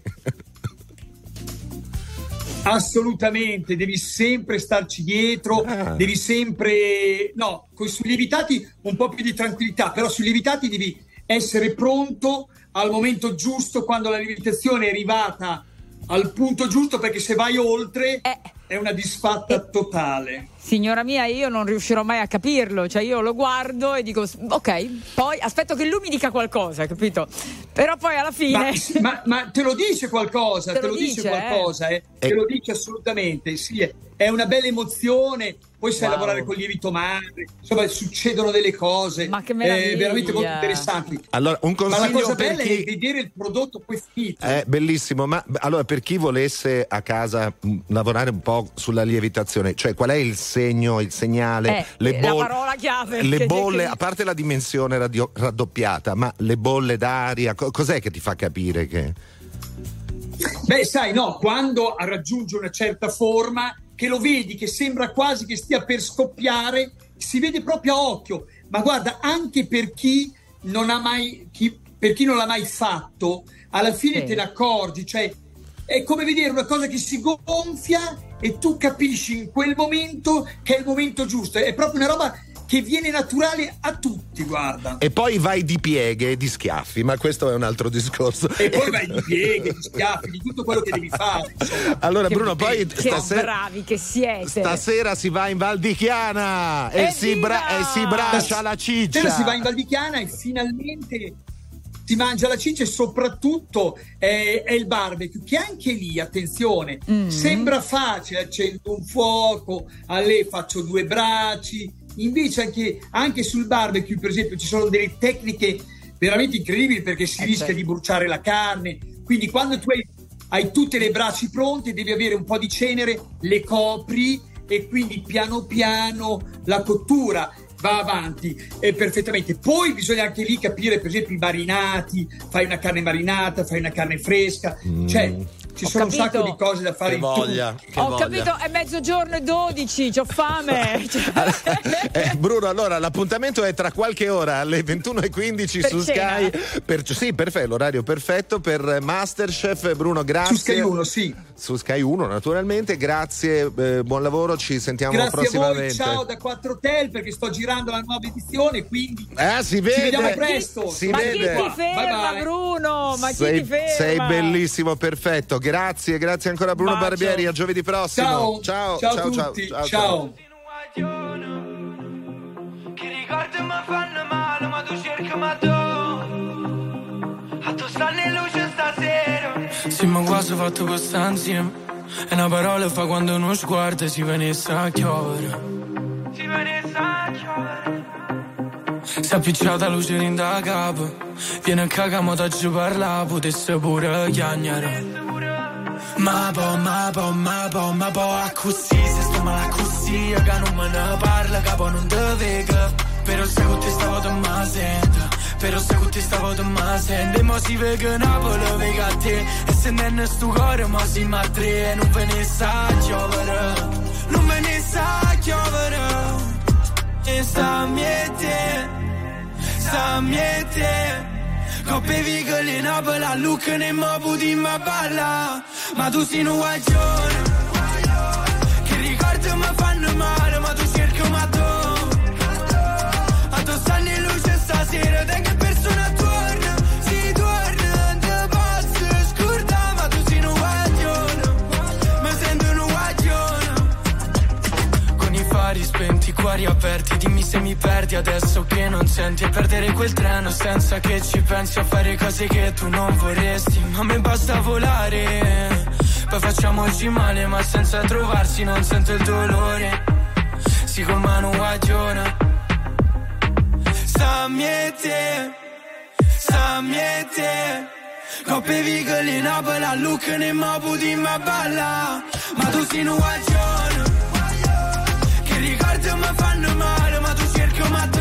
Assolutamente, devi sempre starci dietro, devi sempre sui lievitati un po' più di tranquillità, però sui lievitati devi essere pronto al momento giusto, quando la lievitazione è arrivata al punto giusto, perché se vai oltre è una disfatta totale. Signora mia, io non riuscirò mai a capirlo, cioè io lo guardo e dico ok, poi aspetto che lui mi dica qualcosa, capito? Però poi alla fine ma te lo dice qualcosa, te lo dice qualcosa, te lo dice assolutamente, sì, è una bella emozione. Poi sai lavorare con lievito madre, insomma succedono delle cose veramente molto interessanti. Allora, un consiglio, ma la cosa per bella chi... è vedere il prodotto poi finito. È bellissimo, ma allora per chi volesse a casa lavorare un po' sulla lievitazione, cioè qual è il segno, il segnale, la parola chiave, le bolle, a parte la dimensione raddoppiata, ma le bolle d'aria, cos'è che ti fa capire che... Beh, sai, quando raggiunge una certa forma, che lo vedi che sembra quasi che stia per scoppiare, si vede proprio a occhio. Ma guarda, anche per chi non ha mai per chi non l'ha mai fatto, alla fine te ne accorgi, cioè è come vedere una cosa che si gonfia e tu capisci in quel momento che è il momento giusto. È proprio una roba che viene naturale a tutti, guarda. E poi vai di pieghe e di schiaffi, ma questo è un altro discorso. E poi vai di pieghe, di schiaffi, di tutto quello che devi fare. Insomma. Allora Bruno, poi stasera bravi che siete. Stasera si va in Val di Chiana e si braccia la ciccia. Stasera si va in Val di Chiana e finalmente si mangia la ciccia, e soprattutto è il barbecue, che anche lì, attenzione, sembra facile, accendo un fuoco, faccio 2 bracci. Invece anche sul barbecue, per esempio, ci sono delle tecniche veramente incredibili, perché si rischia di bruciare la carne. Quindi quando tu hai tutte le braccia pronte, devi avere un po' di cenere, le copri e quindi piano piano la cottura va avanti perfettamente. Poi bisogna anche lì capire, per esempio, i marinati, fai una carne marinata, fai una carne fresca, cioè ci sono un sacco di cose da fare. Ho capito, è 12:12, c'ho fame. Bruno, allora l'appuntamento è tra qualche ora alle 21:15 su cena. Sky. Sì, perfetto, l'orario perfetto per Masterchef. Bruno, grazie. Su Sky 1, sì. Su Sky 1, naturalmente. Grazie, buon lavoro, ci sentiamo prossimamente. Grazie a voi, ciao da 4 Hotel, perché sto girando la nuova edizione, quindi si vede. Ci vediamo presto. Ma chi ti ferma, bye. Bruno? Ma chi ti ferma? Sei bellissimo, perfetto. Grazie ancora Bruno Barbieri, a giovedì prossimo. Ciao a tutti. Ciao. Che ricordi mi fanno male, ma tu cerchi a tu stanno in luce stasera. Sì, ma quasi fatto questa insieme. E una parola fa quando uno sguardo si venisse a chiovere. Si è appicciata luce in da capo. Viene a cagamo da giù parla, potesse pure chiagnare. Ma po' a così, se sto male così, che non me ne parla, capo non te vega. Però se con te stavo te ma sento, e mo si vega Napoli, vega a te. E se non è sto cuore, ma si ma tre, non ve ne sa chiovere, e sta miete. Coppe vigole Napoli, a Lucca ne mo putimmo a balla. Ma tu sei un guaglione, che ricordi mi fanno male, ma tu cerchi un matto. A tu stanno in luce stasera, te che persona torna, si torna, te posso scordare, ma tu sei un guaglione, mi sento un guaglione. Con i fari spenti, cuori aperti, dimmi se mi perdi adesso che non senti, e perdere quel treno senza che ci pensi a fare cose che tu non vorresti. Ma a me basta volare, poi facciamoci male, ma senza trovarsi non sento il dolore. Si con mano guagliona. Sta miete, coppe vigole Napoli, a Lucca ne mo putimmo a balla. Ma tu sei un guaglione, che ricordi mi fanno male, ma tu cerchi un matto.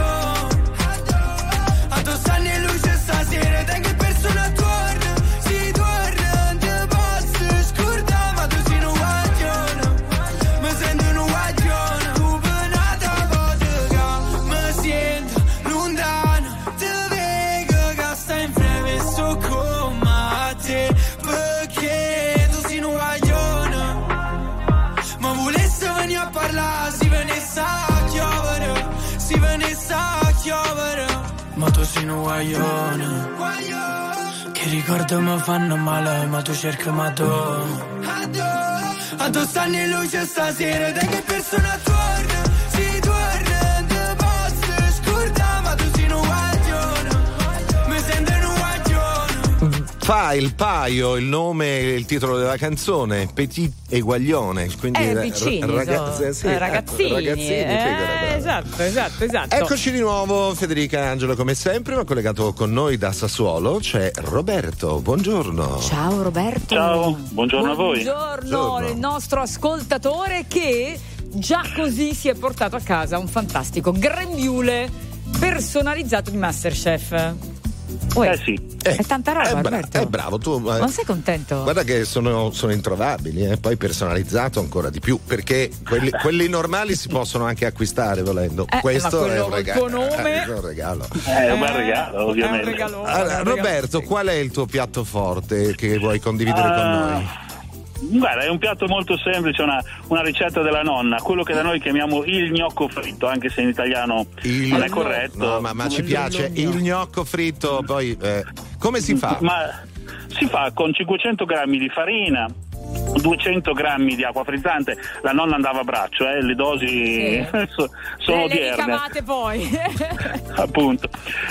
A tu stanno in luce stasera, te che persona torna, si torna, te posso scordare, ma tu sei un guaglione, mi sento un guaglione. Tu penata vodka, mi sento lontano, te vedo che stai in breve, sto come te, perché tu sei un guaglione. Ma volesse venire a parlare, si venisse a chiovere, ma tu sei un guaglione, che ricordi mi fanno male, ma tu cerchi ma tu Addossando in luce stasera, da che persona torna? Si torna, te posso scordare, ma tu sei un guaglione, mi sento un guaglione. Fa il paio, il nome, il titolo della canzone, Petit e Guaglione, quindi vicini, ragazzini. Esatto. Eccoci di nuovo, Federica e Angelo come sempre, ma collegato con noi da Sassuolo c'è Roberto. Buongiorno. Ciao Roberto. Ciao, buongiorno a voi. Buongiorno, il nostro ascoltatore che già così si è portato a casa un fantastico grembiule personalizzato di MasterChef. Sì. È tanta roba, Roberto. È bravo, tu. Non sei contento? Guarda che sono introvabili, poi personalizzato ancora di più, perché quelli normali si possono anche acquistare volendo. Questo è un regalo. Il tuo nome è un regalo. È un bel regalo, ovviamente. È un regalo. Allora, Roberto, qual è il tuo piatto forte che vuoi condividere con noi? Guarda, è un piatto molto semplice, una ricetta della nonna, quello che da noi chiamiamo il gnocco fritto, anche se in italiano non è corretto. No, ma ci piace il gnocco fritto, poi come si fa? Ma si fa con 500 grammi di farina, 200 grammi di acqua frizzante. La nonna andava a braccio, le dosi sono odierne. Le ricavate poi. Appunto.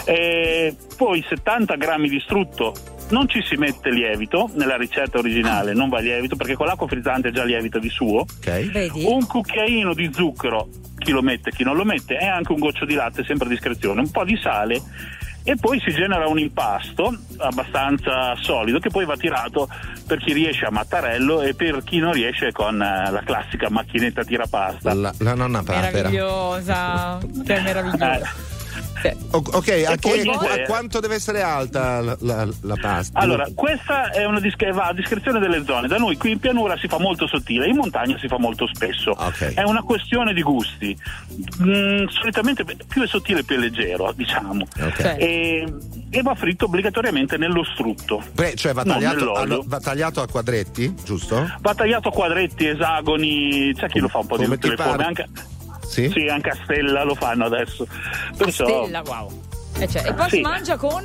Poi 70 grammi di strutto. Non ci si mette lievito, nella ricetta originale non va lievito perché con l'acqua frizzante è già lievito di suo. Okay. Vedi? Un cucchiaino di zucchero, chi lo mette, chi non lo mette, e anche un goccio di latte, sempre a discrezione, un po' di sale, e poi si genera un impasto abbastanza solido che poi va tirato per chi riesce a mattarello e per chi non riesce con la classica macchinetta tirapasta. La nonna Papera. Meravigliosa, che meravigliosa. Ok, a quanto deve essere alta la pasta? Allora, questa è va a discrezione delle zone. Da noi qui in pianura si fa molto sottile, in montagna si fa molto spesso. Okay. È una questione di gusti. Solitamente più è sottile più è leggero, diciamo. Okay. E va fritto obbligatoriamente nello strutto. Cioè va tagliato a quadretti, giusto? Va tagliato a quadretti, esagoni, c'è chi lo fa un po' di tutte le forme, anche. Sì, anche a stella lo fanno adesso. Perciò, a stella, wow. E poi si mangia con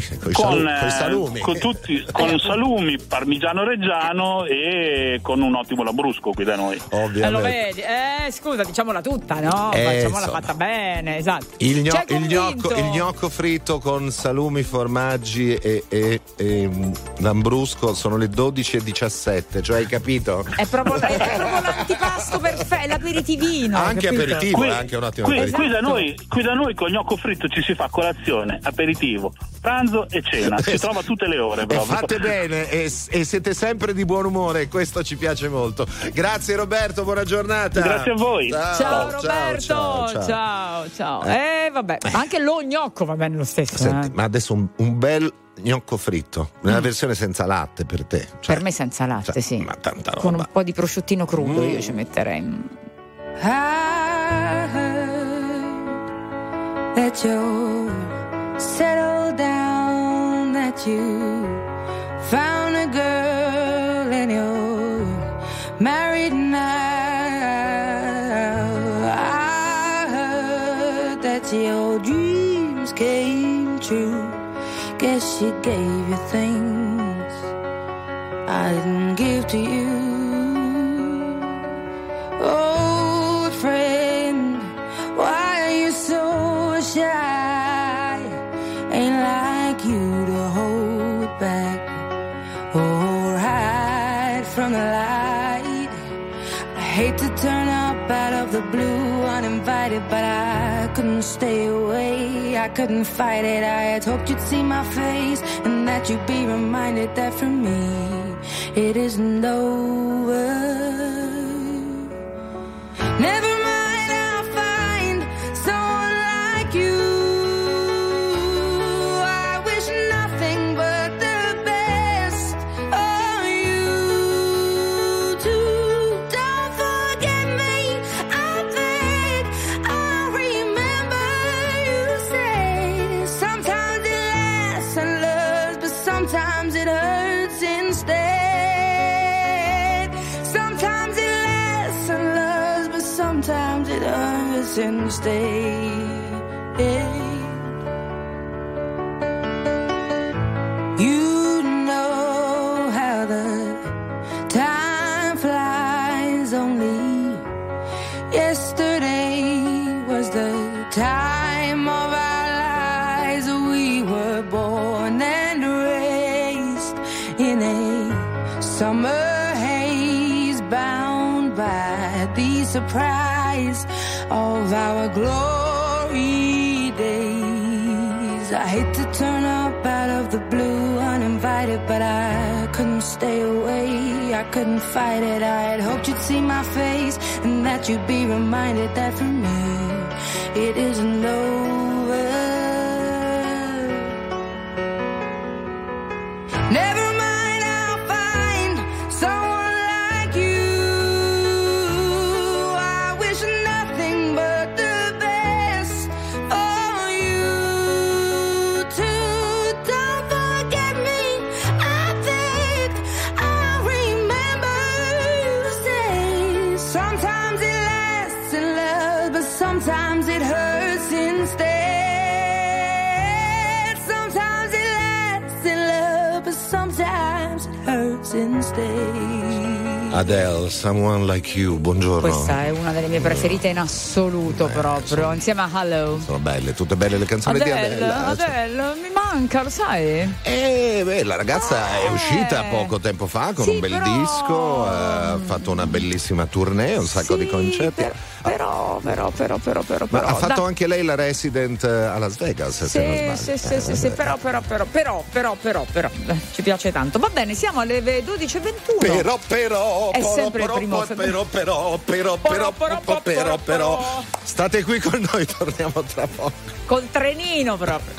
salumi. Con salumi, parmigiano reggiano e con un ottimo lambrusco qui da noi. Ovviamente. Lo vedi? Scusa, diciamola tutta, no? Facciamola fatta bene, esatto. Il gnocco fritto con salumi, formaggi e lambrusco sono le 12:17, cioè hai capito? È proprio l'antipasto perfetto, l'aperitivino. Anche capito? aperitivo, è anche un ottimo aperitivo. Qui da noi con gnocco fritto ci si fa colazione, aperitivo, pranzo e cena, si trova tutte le ore proprio. Fate bene e siete sempre di buon umore, questo ci piace molto. Grazie Roberto, buona giornata. Grazie a voi. Ciao Roberto, ciao. Vabbè, anche lo gnocco va bene lo stesso. Senti, ma adesso un bel gnocco fritto, nella versione senza latte per te. Per me senza latte, sì. Ma tanta roba. Con un po' di prosciuttino crudo io ci metterei. That you settle down, that you found a girl and you're married now. I heard that your dreams came true. Guess she gave you things I didn't give to you. Old friend, why are you so shy? Ain't like you to hold back or hide from the light. I hate to turn up out of the blue uninvited, but I couldn't stay away, I couldn't fight it. I had hoped you'd see my face and that you'd be reminded that for me it isn't over. Never mind, I'll find someone like you. I wish nothing but the best of you too. Don't forget me, I beg. I remember you say sometimes it lasts and loves, but sometimes it hurts instead. Sometimes it lasts and loves, but sometimes it hurts instead. You know how the time flies. summer haze, bound by the surprise of our glory days. I hate to turn up out of the blue uninvited, but I couldn't stay away, I couldn't fight it. I had hoped you'd see my face and that you'd be reminded that for me it isn't over. Never mind, I'll find someone like you. I wish nothing but the best for you too. Don't forget me, I think I remember you say sometimes it lasts in love, but sometimes it hurts instead. Sometimes it lasts in love, but sometimes it hurts instead. Adele, Someone Like You, buongiorno. Questa è una delle mie preferite in assoluto, proprio, insieme a Hello. Sono belle, tutte belle le canzoni di Adele. Adele, mi manca, lo sai? La ragazza è uscita poco tempo fa con un bel disco, ha fatto una bellissima tournée, un sacco di concerti. Però. Ha fatto anche lei la resident a Las Vegas, se non sbaglio. Sì, però. Ci piace tanto. Va bene, siamo alle 12:21. Però. È sempre il primo Però. State qui con noi, torniamo tra poco. Col trenino proprio.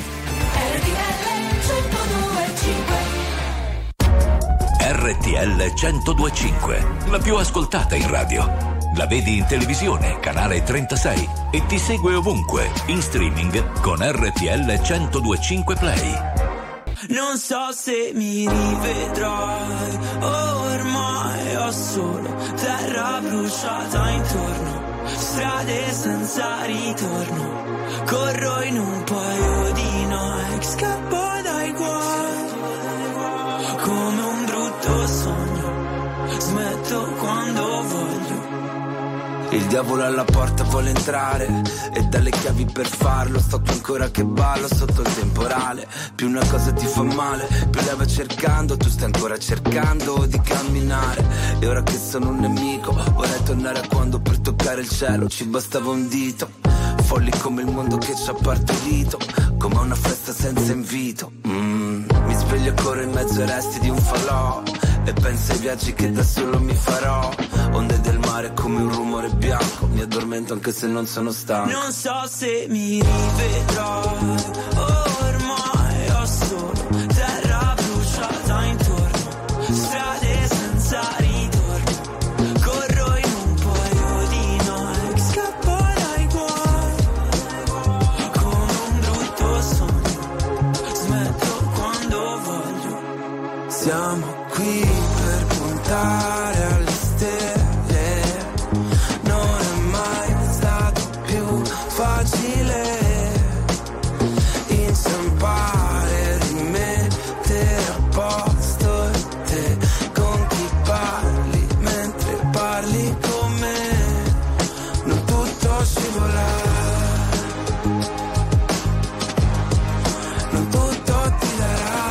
RTL 102.5, la più ascoltata in radio. La vedi in televisione, canale 36, e ti segue ovunque, in streaming con RTL 102.5 Play. Non so se mi rivedrai, ormai ho solo terra bruciata intorno, strade senza ritorno, corro in un paio di Nike, scappo dai guai, come un brutto sogno, smetto quando voglio. Il diavolo alla porta vuole entrare e dalle chiavi per farlo. Sto qui ancora che ballo sotto il temporale. Più una cosa ti fa male, più la vai cercando. Tu stai ancora cercando di camminare. E ora che sono un nemico vorrei tornare a quando per toccare il cielo ci bastava un dito. Folli come il mondo che ci ha partorito, come una festa senza invito. Mi sveglio e corro in mezzo ai resti di un falò e penso ai viaggi che da solo mi farò. Onde del mare come un rumore bianco, mi addormento anche se non sono stanco. Non so se mi rivedrai, ormai ho solo terra bruciata intorno, strade senza ritorno, corro in un paio di Nike, scappo dai guai, come un brutto sogno, smetto quando voglio. Siamo qui per puntare alle stelle. Facile inciampare, rimettere a posto te con chi parli mentre parli con me. Non tutto scivola, non tutto ti darà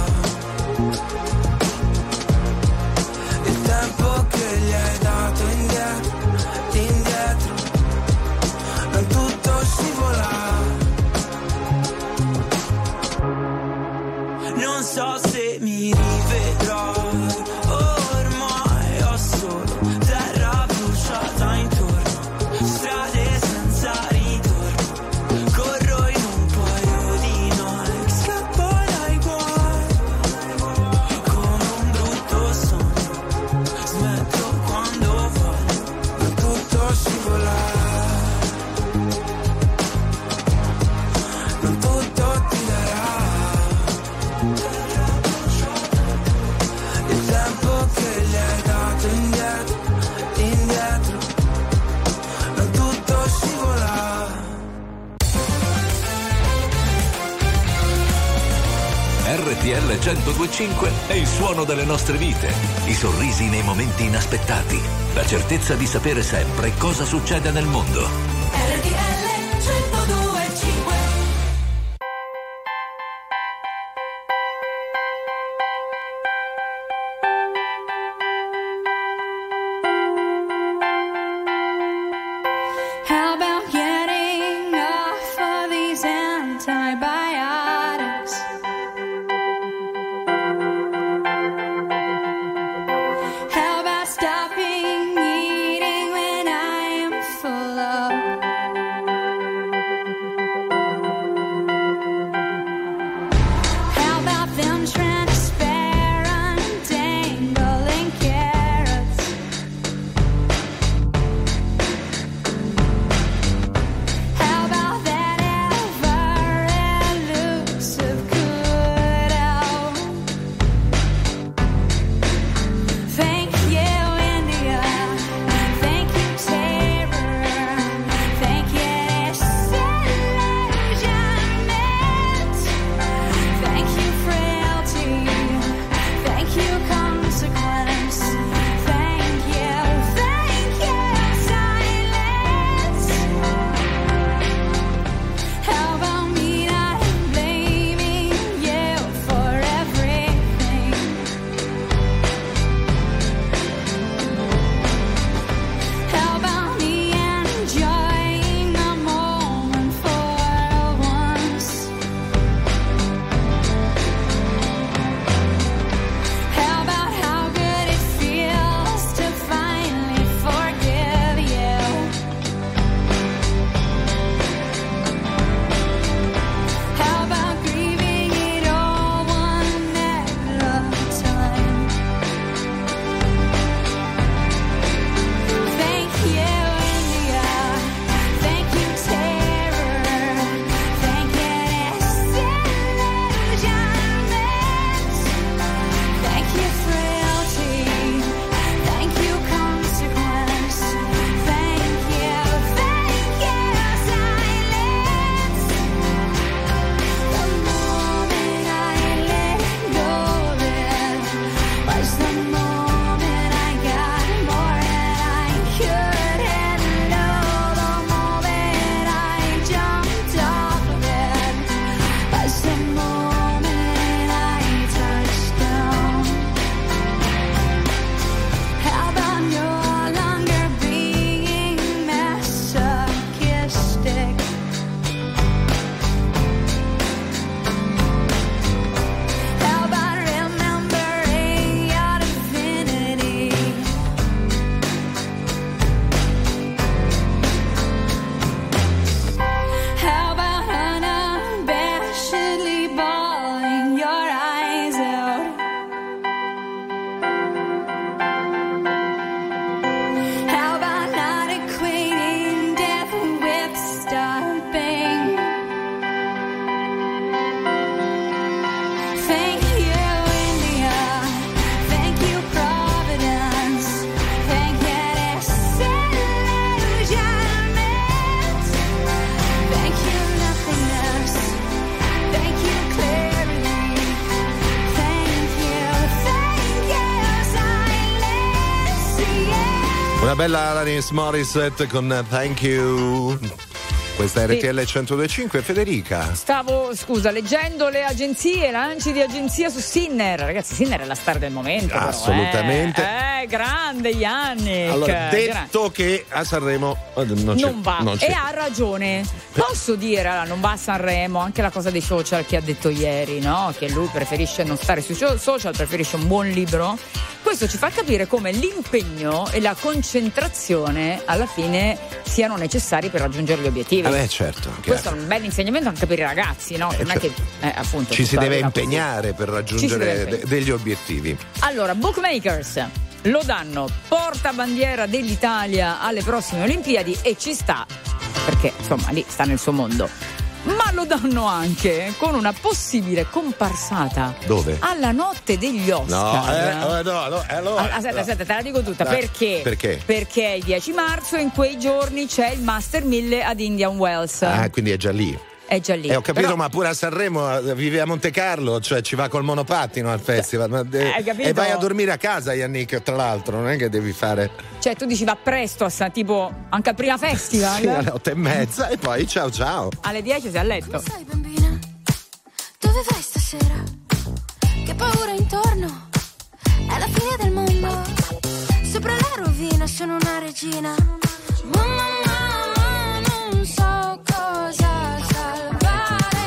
il tempo che gli hai dato indietro. Non tutto scivola. Non so se mi rivedrai, ormai ho solo terra bruciata intorno, strade senza ritorno, corro in un paio di Nike, scappo dai guai, come un brutto sogno, smetto quando voglio. Non tutto scivola. RTL 102.5 è il suono delle nostre vite, i sorrisi nei momenti inaspettati, la certezza di sapere sempre cosa succede nel mondo. RTL 102.5. Una bella Alanis Morissette con Thank You. Questa è RTL 102.5. Federica. Stavo, leggendo le agenzie, lanci di agenzia su Sinner. Ragazzi, Sinner è la star del momento. Assolutamente. Grande Yannick. Allora, detto che a Sanremo non va. E ha ragione. Posso dire, non va a Sanremo, anche la cosa dei social che ha detto ieri, no? Che lui preferisce non stare sui social, preferisce un buon libro. Questo ci fa capire come l'impegno e la concentrazione alla fine siano necessari per raggiungere gli obiettivi. Certo. Questo è un bel insegnamento anche per i ragazzi, no? Non è che appunto ci si deve impegnare per raggiungere degli obiettivi. Allora, bookmakers lo danno portabandiera dell'Italia alle prossime Olimpiadi e ci sta, perché insomma lì sta nel suo mondo. Ma lo danno anche con una possibile comparsata. Dove? Alla notte degli Oscar. Aspetta, te la dico tutta. Perché? Perché il 10 marzo in quei giorni c'è il Master 1000 ad Indian Wells. Quindi è già lì. È già lì. Ho capito, ma pure a Sanremo vive a Monte Carlo, cioè ci va col monopattino al festival. E vai a dormire a casa, Yannick, tra l'altro, non è che devi fare. Cioè, tu dici va presto, tipo anche al prima festival. Sì, alle 8:30 e poi ciao. Alle 10 sei a letto. Sai, bambina, dove vai stasera? Che paura intorno, è la fine del mondo. Sopra la rovina sono una regina. Mamma, non so cosa salvare.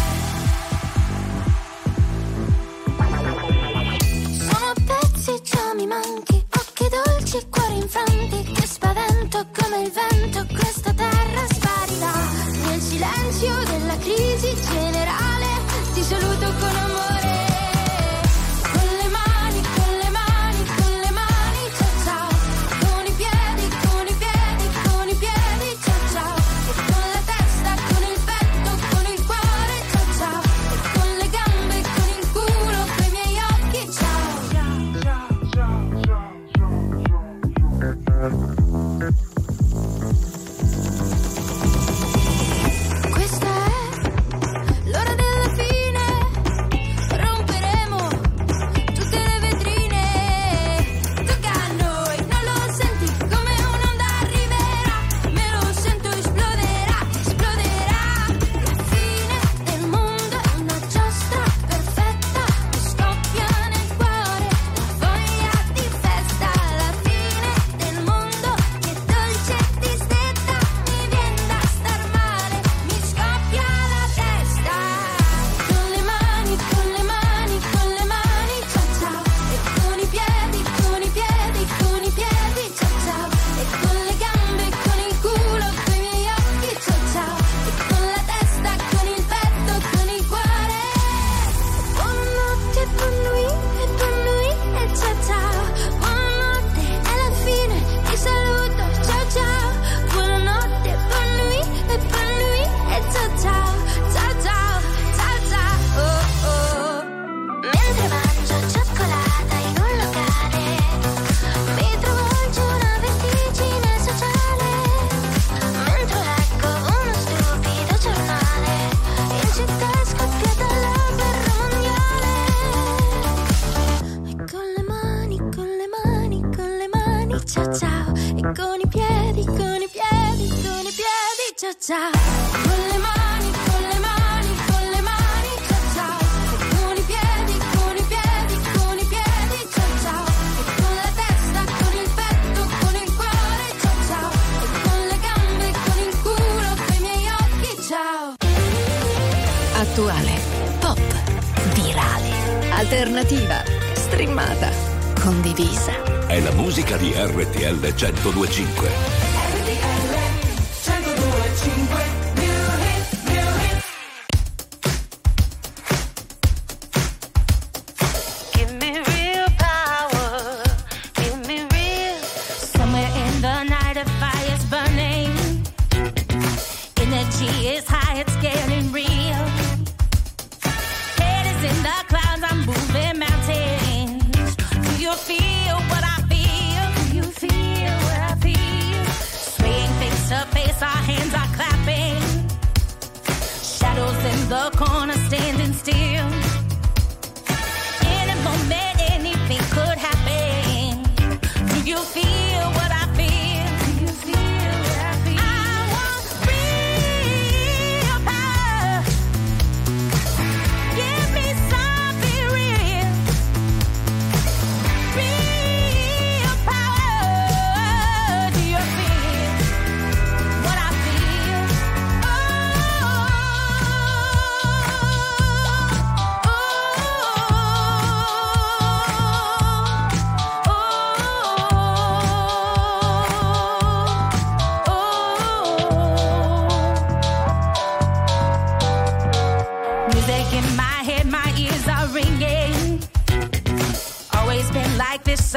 Sono pezzi, già mi manchi. Occhi dolci, cuori infranti. Che spavento come il vento. Questa terra sparirà. Nel silenzio della crisi generale ti saluto con amore. Ciao, con le mani, con le mani, con le mani, ciao ciao, e con i piedi, con i piedi, con i piedi, ciao ciao, e con la testa, con il petto, con il cuore, ciao ciao, e con le gambe, con il culo, con i miei occhi, ciao. Attuale, pop, virale, alternativa, streamata, condivisa. È la musica di RTL 102.5. Feel what I feel. Do you feel what I feel?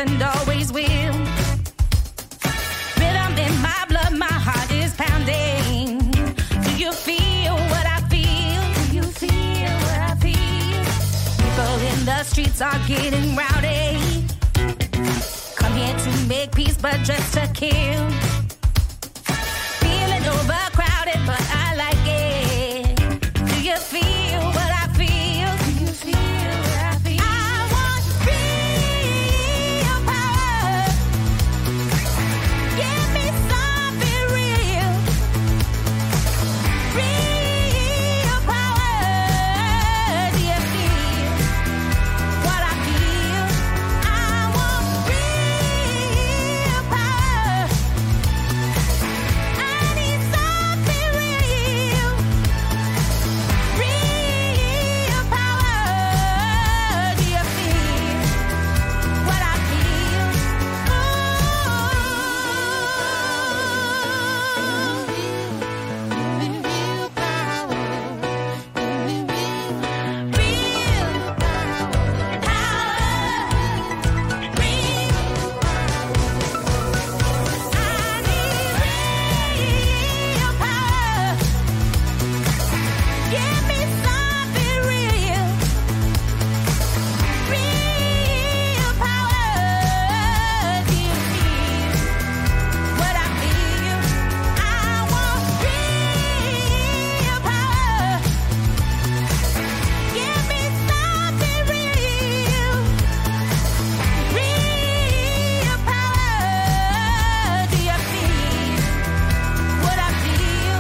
and always will. Rhythm in my blood, my heart is pounding. Do you feel what I feel? Do you feel what I feel? People in the streets are getting rowdy. Come here to make peace, but just to kill. Feeling overcrowded, but I like it. Do you feel what I feel? Do you feel what I feel? I want real power. Give me something real. Real power. Do you feel what I feel? I want real power. I need something real. Real power. Do you feel what I feel? Real power. Give me something real. Real power. Do you feel what I feel? I want real power. Give me something real. Real power. Do you feel what I feel?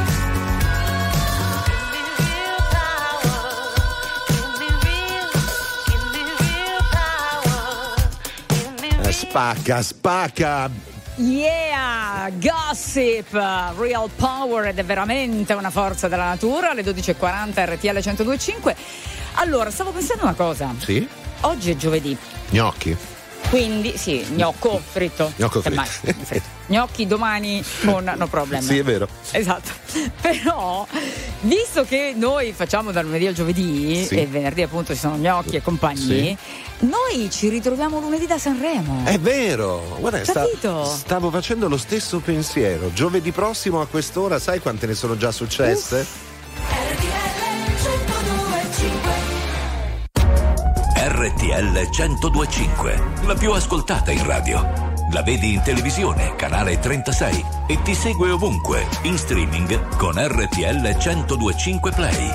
Spacca. Yeah, Gossip, Real Power, ed è veramente una forza della natura. Alle 12.40 RTL 102.5. Allora, stavo pensando una cosa. Sì? Oggi è giovedì, Gnocchi. quindi sì, gnocco fritto. Gnocco Semmai. fritto. Sì. Gnocchi domani con no problem. Sì, è vero. Esatto. Però, visto che noi facciamo dal lunedì al giovedì, Sì. e venerdì appunto ci sono gnocchi e compagni, Sì. noi ci ritroviamo lunedì da Sanremo. È vero, guarda, Capito? stavo facendo lo stesso pensiero. Giovedì prossimo a quest'ora, sai quante ne sono già successe? RTL 102.5, la più ascoltata in radio. La vedi in televisione, canale 36, e ti segue ovunque, in streaming con RTL 102.5 Play.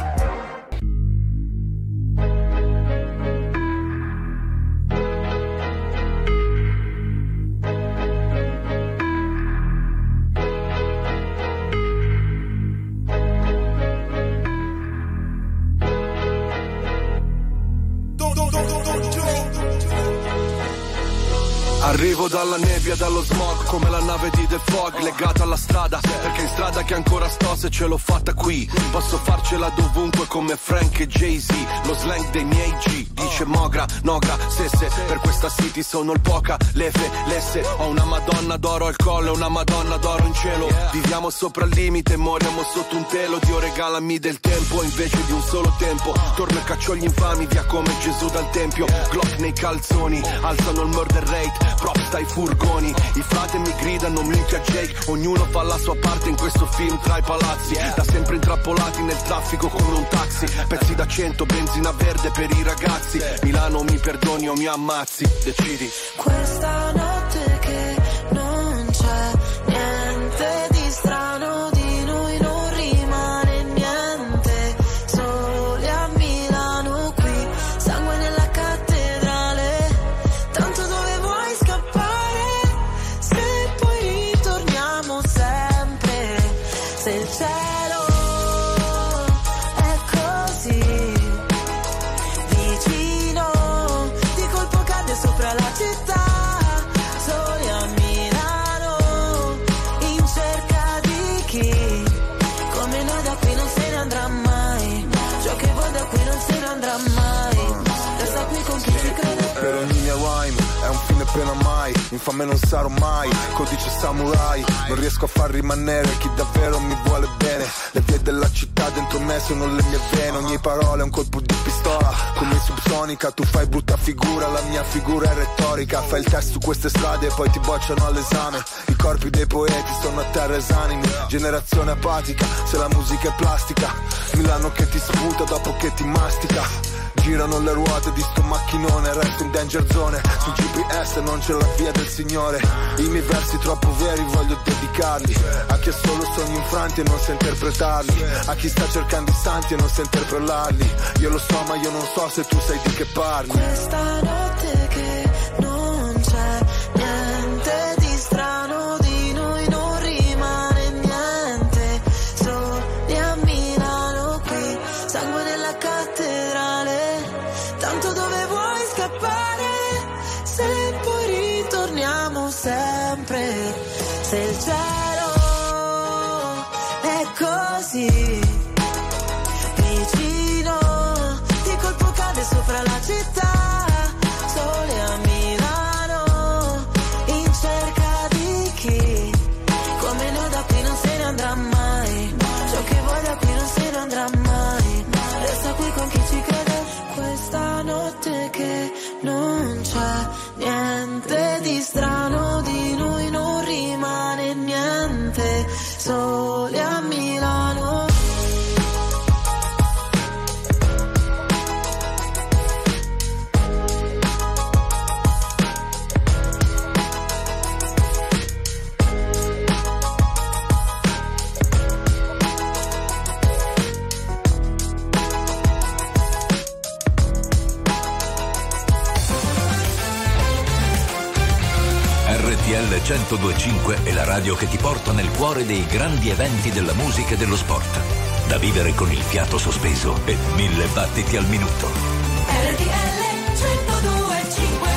Arrivo dalla nebbia, dallo smog, come la nave di The Fog, legata alla strada, perché in strada che ancora sto, se ce l'ho fatta qui, posso farcela dovunque come Frank e Jay-Z, lo slang dei miei G, dice Mogra, Nogra, Sesse, per questa city sono il poca, l'Efe, l'Esse, ho una Madonna d'oro al collo e una Madonna d'oro in cielo, viviamo sopra il limite, moriamo sotto un telo, Dio regalami del tempo invece di un solo tempo, torno e caccio gli infami via come Gesù dal tempio, Glock nei calzoni, alzano il murder rate, props dai furgoni, i frate mi gridano minchia Jake, ognuno fa la sua parte in questo film tra i palazzi, da sempre intrappolati nel traffico come un taxi, pezzi da 100, benzina verde per i ragazzi, Milano mi perdoni o mi ammazzi, decidi. Questa notte che non c'è niente di strano, di noi non rimane niente, soli a Milano qui, sangue nella cattedrale, tanto dove vuoi scappare, se poi ritorniamo sempre, se il cielo è così vicino, di colpo cade sopra la città, pena mai, infame non sarò mai, codice samurai, non riesco a far rimanere chi davvero mi vuole bene. Le vie della città dentro me sono le mie vene, ogni parola è un colpo di pistola, come subsonica, tu fai brutta figura, la mia figura è retorica, fai il test su queste strade e poi ti bocciano all'esame. I corpi dei poeti sono a terra esanimi, generazione apatica, se la musica è plastica, Milano che ti sputa dopo che ti mastica. Girano le ruote di sto macchinone, resto in danger zone, sul GPS non c'è la via del Signore. I miei versi troppo veri voglio dedicarli a chi ha solo sogni infranti e non sa interpretarli, a chi sta cercando i santi e non sa interpellarli. Io lo so ma io non so se tu sai di che parli. Questa notte che non c'è niente di strano, di noi non rimane niente, soli a Milano qui, sangue nella cattedrale. Tanto dove vuoi scappare, se poi ritorniamo sempre, se il cielo è così vicino, di colpo cade sopra la città, sole a Milano, in cerca di chi, come noi da qui non se ne andrà mai, ciò che vuoi da qui non se ne andrà mai, resta qui con chi ci crede. Questa notte che non c'è niente di strano, di noi non rimane niente, soli a Milano. RTL 102.5 è la radio che ti porta nel cuore dei grandi eventi della musica e dello sport. Da vivere con il fiato sospeso e 1000 battiti al minuto. RTL 102.5.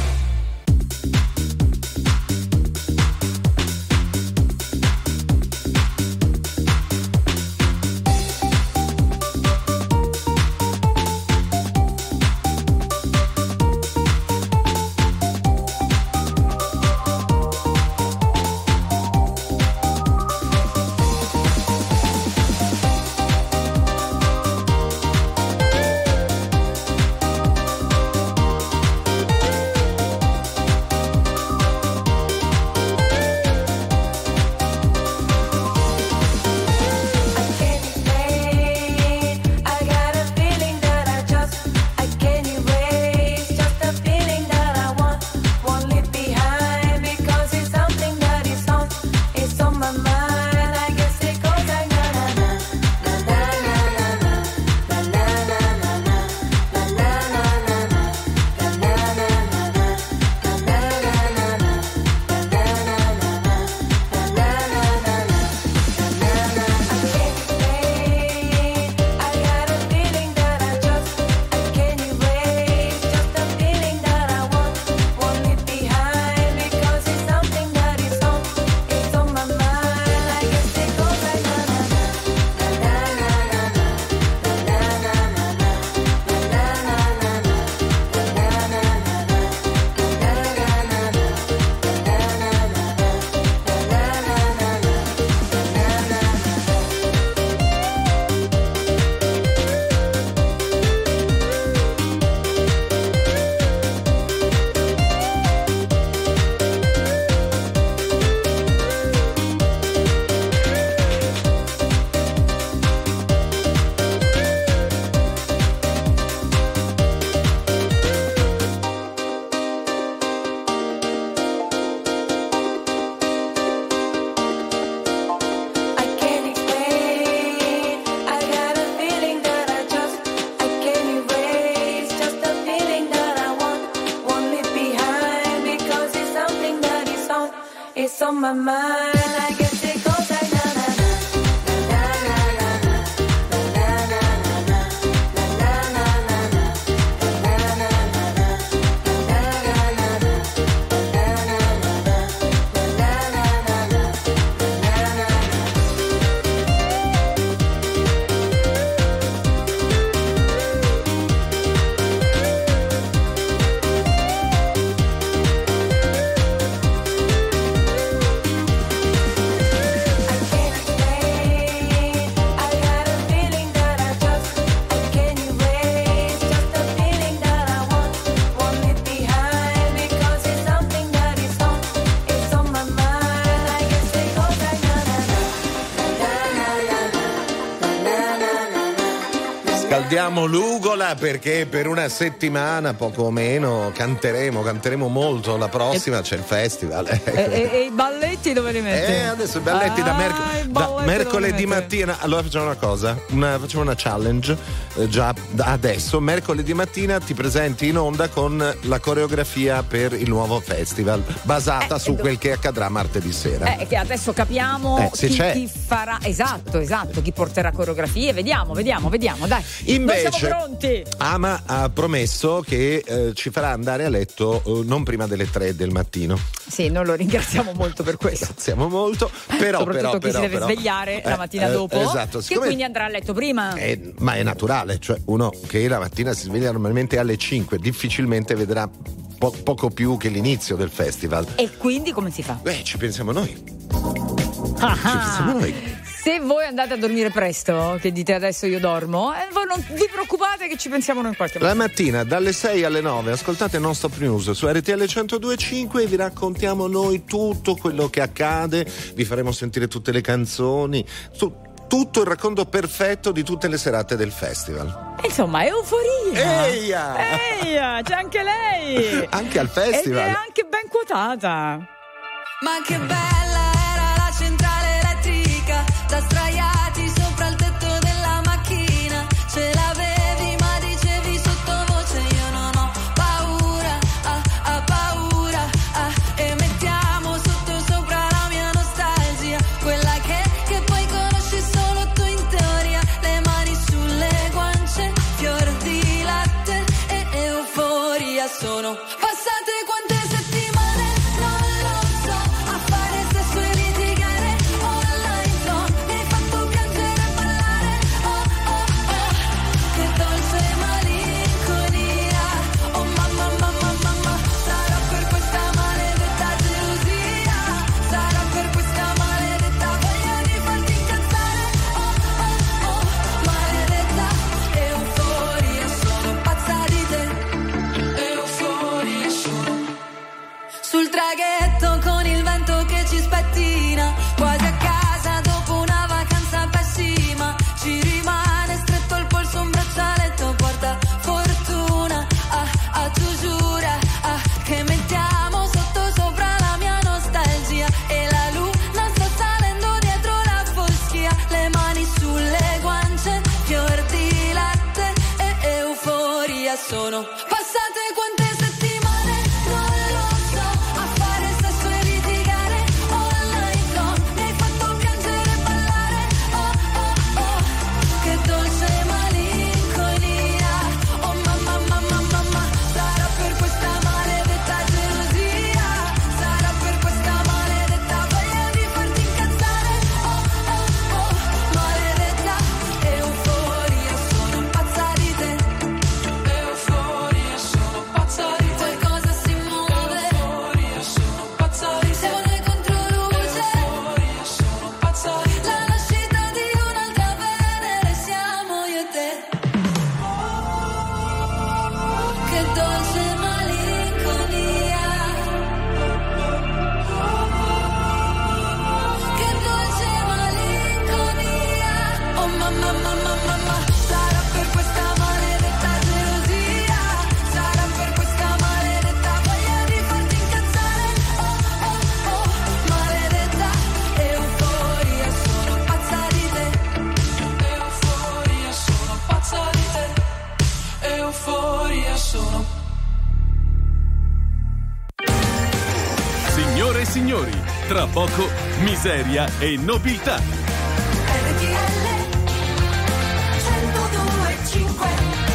It's on my mind, I guess it goes like na na ricordiamo l'Ugola perché per una settimana poco o meno canteremo molto. La prossima c'è il festival. E i balletti dove li metti? Adesso i balletti da mercoledì mattina. Allora facciamo una cosa, facciamo una challenge già da adesso. Mercoledì mattina ti presenti in onda con la coreografia per il nuovo festival basata su quel che accadrà martedì sera. Che adesso capiamo chi farà. Esatto, chi porterà coreografie. Vediamo, dai. Invece, noi siamo pronti. Ama ha promesso che ci farà andare a letto non prima delle 3 del mattino. Sì, noi lo ringraziamo molto per questo. Ringraziamo molto, però soprattutto chi si deve svegliare la mattina dopo, esatto, che quindi andrà a letto prima. Ma è naturale, cioè uno che la mattina si sveglia normalmente alle 5 difficilmente vedrà poco più che l'inizio del festival. E quindi come si fa? Ci pensiamo noi. Se voi andate a dormire presto, che dite adesso io dormo, voi non vi preoccupate che ci pensiamo noi in qualche modo. La mattina dalle 6 alle 9 ascoltate Non Stop News su RTL 102.5 e vi raccontiamo noi tutto quello che accade, vi faremo sentire tutte le canzoni, tutto il racconto perfetto di tutte le serate del festival. Insomma, euforia! Eia! C'è anche lei! Anche al festival! Ed è anche ben quotata! Ma che bella era la centrale elettrica, da sdraiati sopra il tetto della macchina. Ce l'avevi ma dicevi sottovoce io non ho paura, paura, e mettiamo sotto sopra la mia nostalgia, quella che poi conosci solo tu in teoria. Le mani sulle guance, fior di latte e euforia sono passate quante settimane, non lo so, a fare sesso e litigare online zone. Mi hai fatto piangere e ballare, oh oh oh, che dolce malinconia. Oh mamma, mamma, mamma, sarà per questa maledetta gelosia, sarà per questa maledetta voglia di farti incazzare, oh oh oh, maledetta euforia, sono pazza di te, euforia sono. Sul traghetto con il vento che ci spettina, quasi a casa dopo una vacanza pessima, ci rimane stretto al polso un braccialetto porta fortuna, tu giura, che mettiamo sotto sopra la mia nostalgia, e la luna sta salendo dietro la foschia, le mani sulle guance, fior di latte e euforia sono passate quante settimane, non lo so, a fare sesso e litigare online zone. Mi hai fatto piangere e ballare, oh oh oh, che dolce malinconia. Oh mamma, mamma, mamma, sarà per questa maledetta gelosia, sarà per questa maledetta voglia di farti incazzare, oh oh oh, maledetta euforia, sono pazza di te, euforia, sono pazza di te. Qualcosa si muove, euforia, sono pazza di te. Sole contro luce, euforia, sono pazza di te. La nascita di un'altra Venere siamo io e te. Che dolce malinconia, che dolce malinconia. Oh mamma, mamma, mamma, sarà per questa maledetta gelosia, sarà per questa maledetta voglia di farti incazzare, oh oh oh, maledetta euforia, sono pazza di te, euforia, sono pazza di te, euforia, sono. Signore e signori, tra poco miseria e nobiltà. RTL 102.5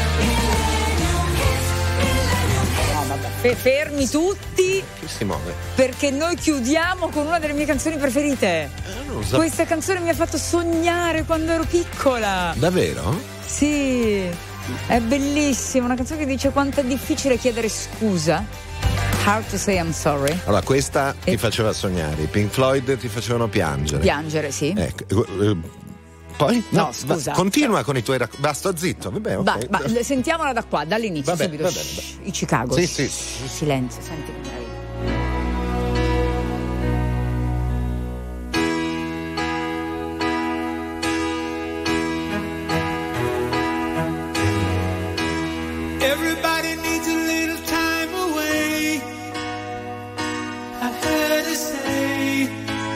No, vabbè, fermi tutti Chi si muove? perché noi chiudiamo con una delle mie canzoni preferite. Non so. Questa canzone mi ha fatto sognare quando ero piccola. Davvero? Sì, è bellissima, una canzone che dice quanto è difficile chiedere scusa. Hard to say I'm sorry. Allora, questa ti faceva sognare, i Pink Floyd ti facevano piangere. Piangere, sì. Ecco, poi? No, scusa. Continua con i tuoi racconti. Basta, zitto, vabbè, ok. Sentiamola da qua, dall'inizio, Vabbè, subito. vabbè. I Chicago. Sì, sì. Silenzio, senti che meraviglia. say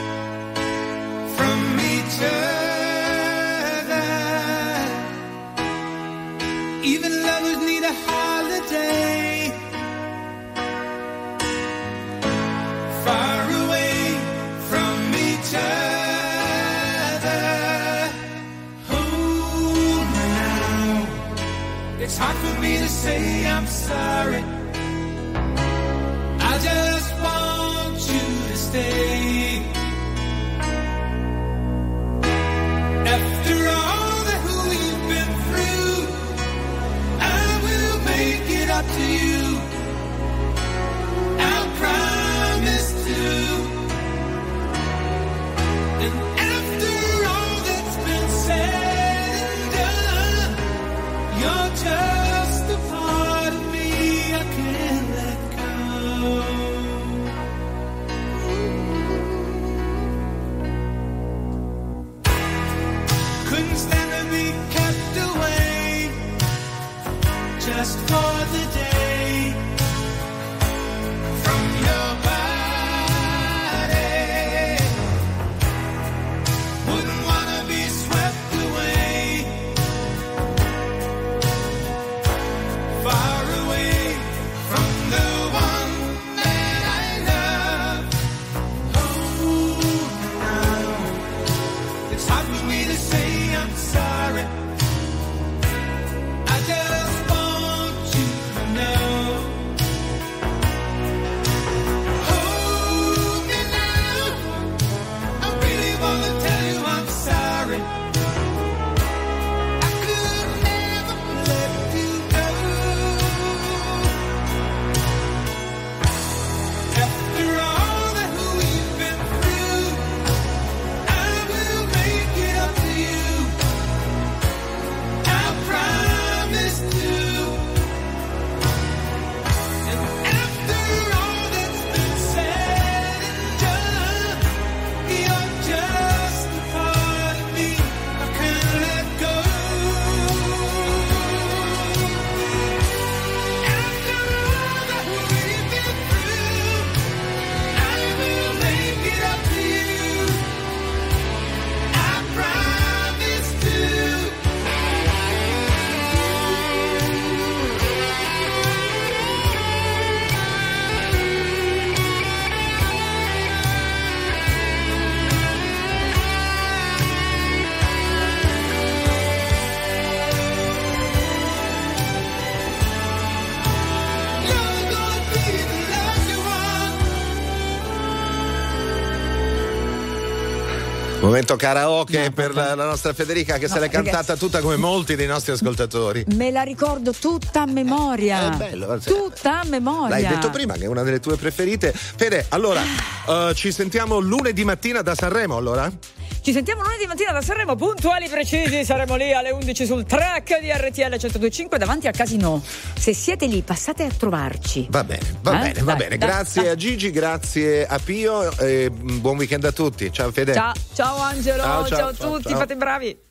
from each other. Even lovers need a holiday. Far away from each other. Oh, now it's hard for me to say I'm sorry. I just want you to stay. After all that we've been through, I will make it up to you. I promise to. And after all that's been said and done, you're just a part of me I can't let go. Couldn't stand to be kept away just for the day from your body. Wouldn't wanna be swept away, far away from the one that I love. Oh, now it's hard for me to say I'm sorry. I just want you to know. Hold me now. I really wanna tell you I'm sorry. I could never let you go. After all that we've been through, I will make it up to you. I promise to. And after all that's been said and done, you're just a part of me I can't let go. After all that we've been through, I will make it up to you. I promise to. Momento karaoke per la nostra Federica che se l'è cantata tutta come molti dei nostri ascoltatori. Me la ricordo tutta a memoria. È bello, Tutta a memoria. L'hai detto prima che è una delle tue preferite. Fede, allora ci sentiamo lunedì mattina da Sanremo, allora? Ci sentiamo lunedì mattina da Sanremo, puntuali precisi, saremo lì alle 11 sul track di RTL 102.5 davanti al Casino. Se siete lì, passate a trovarci. Va bene, va bene. Grazie a Gigi, grazie a Pio e buon weekend a tutti. Ciao Fede. Ciao Angelo, ciao a tutti, fate bravi.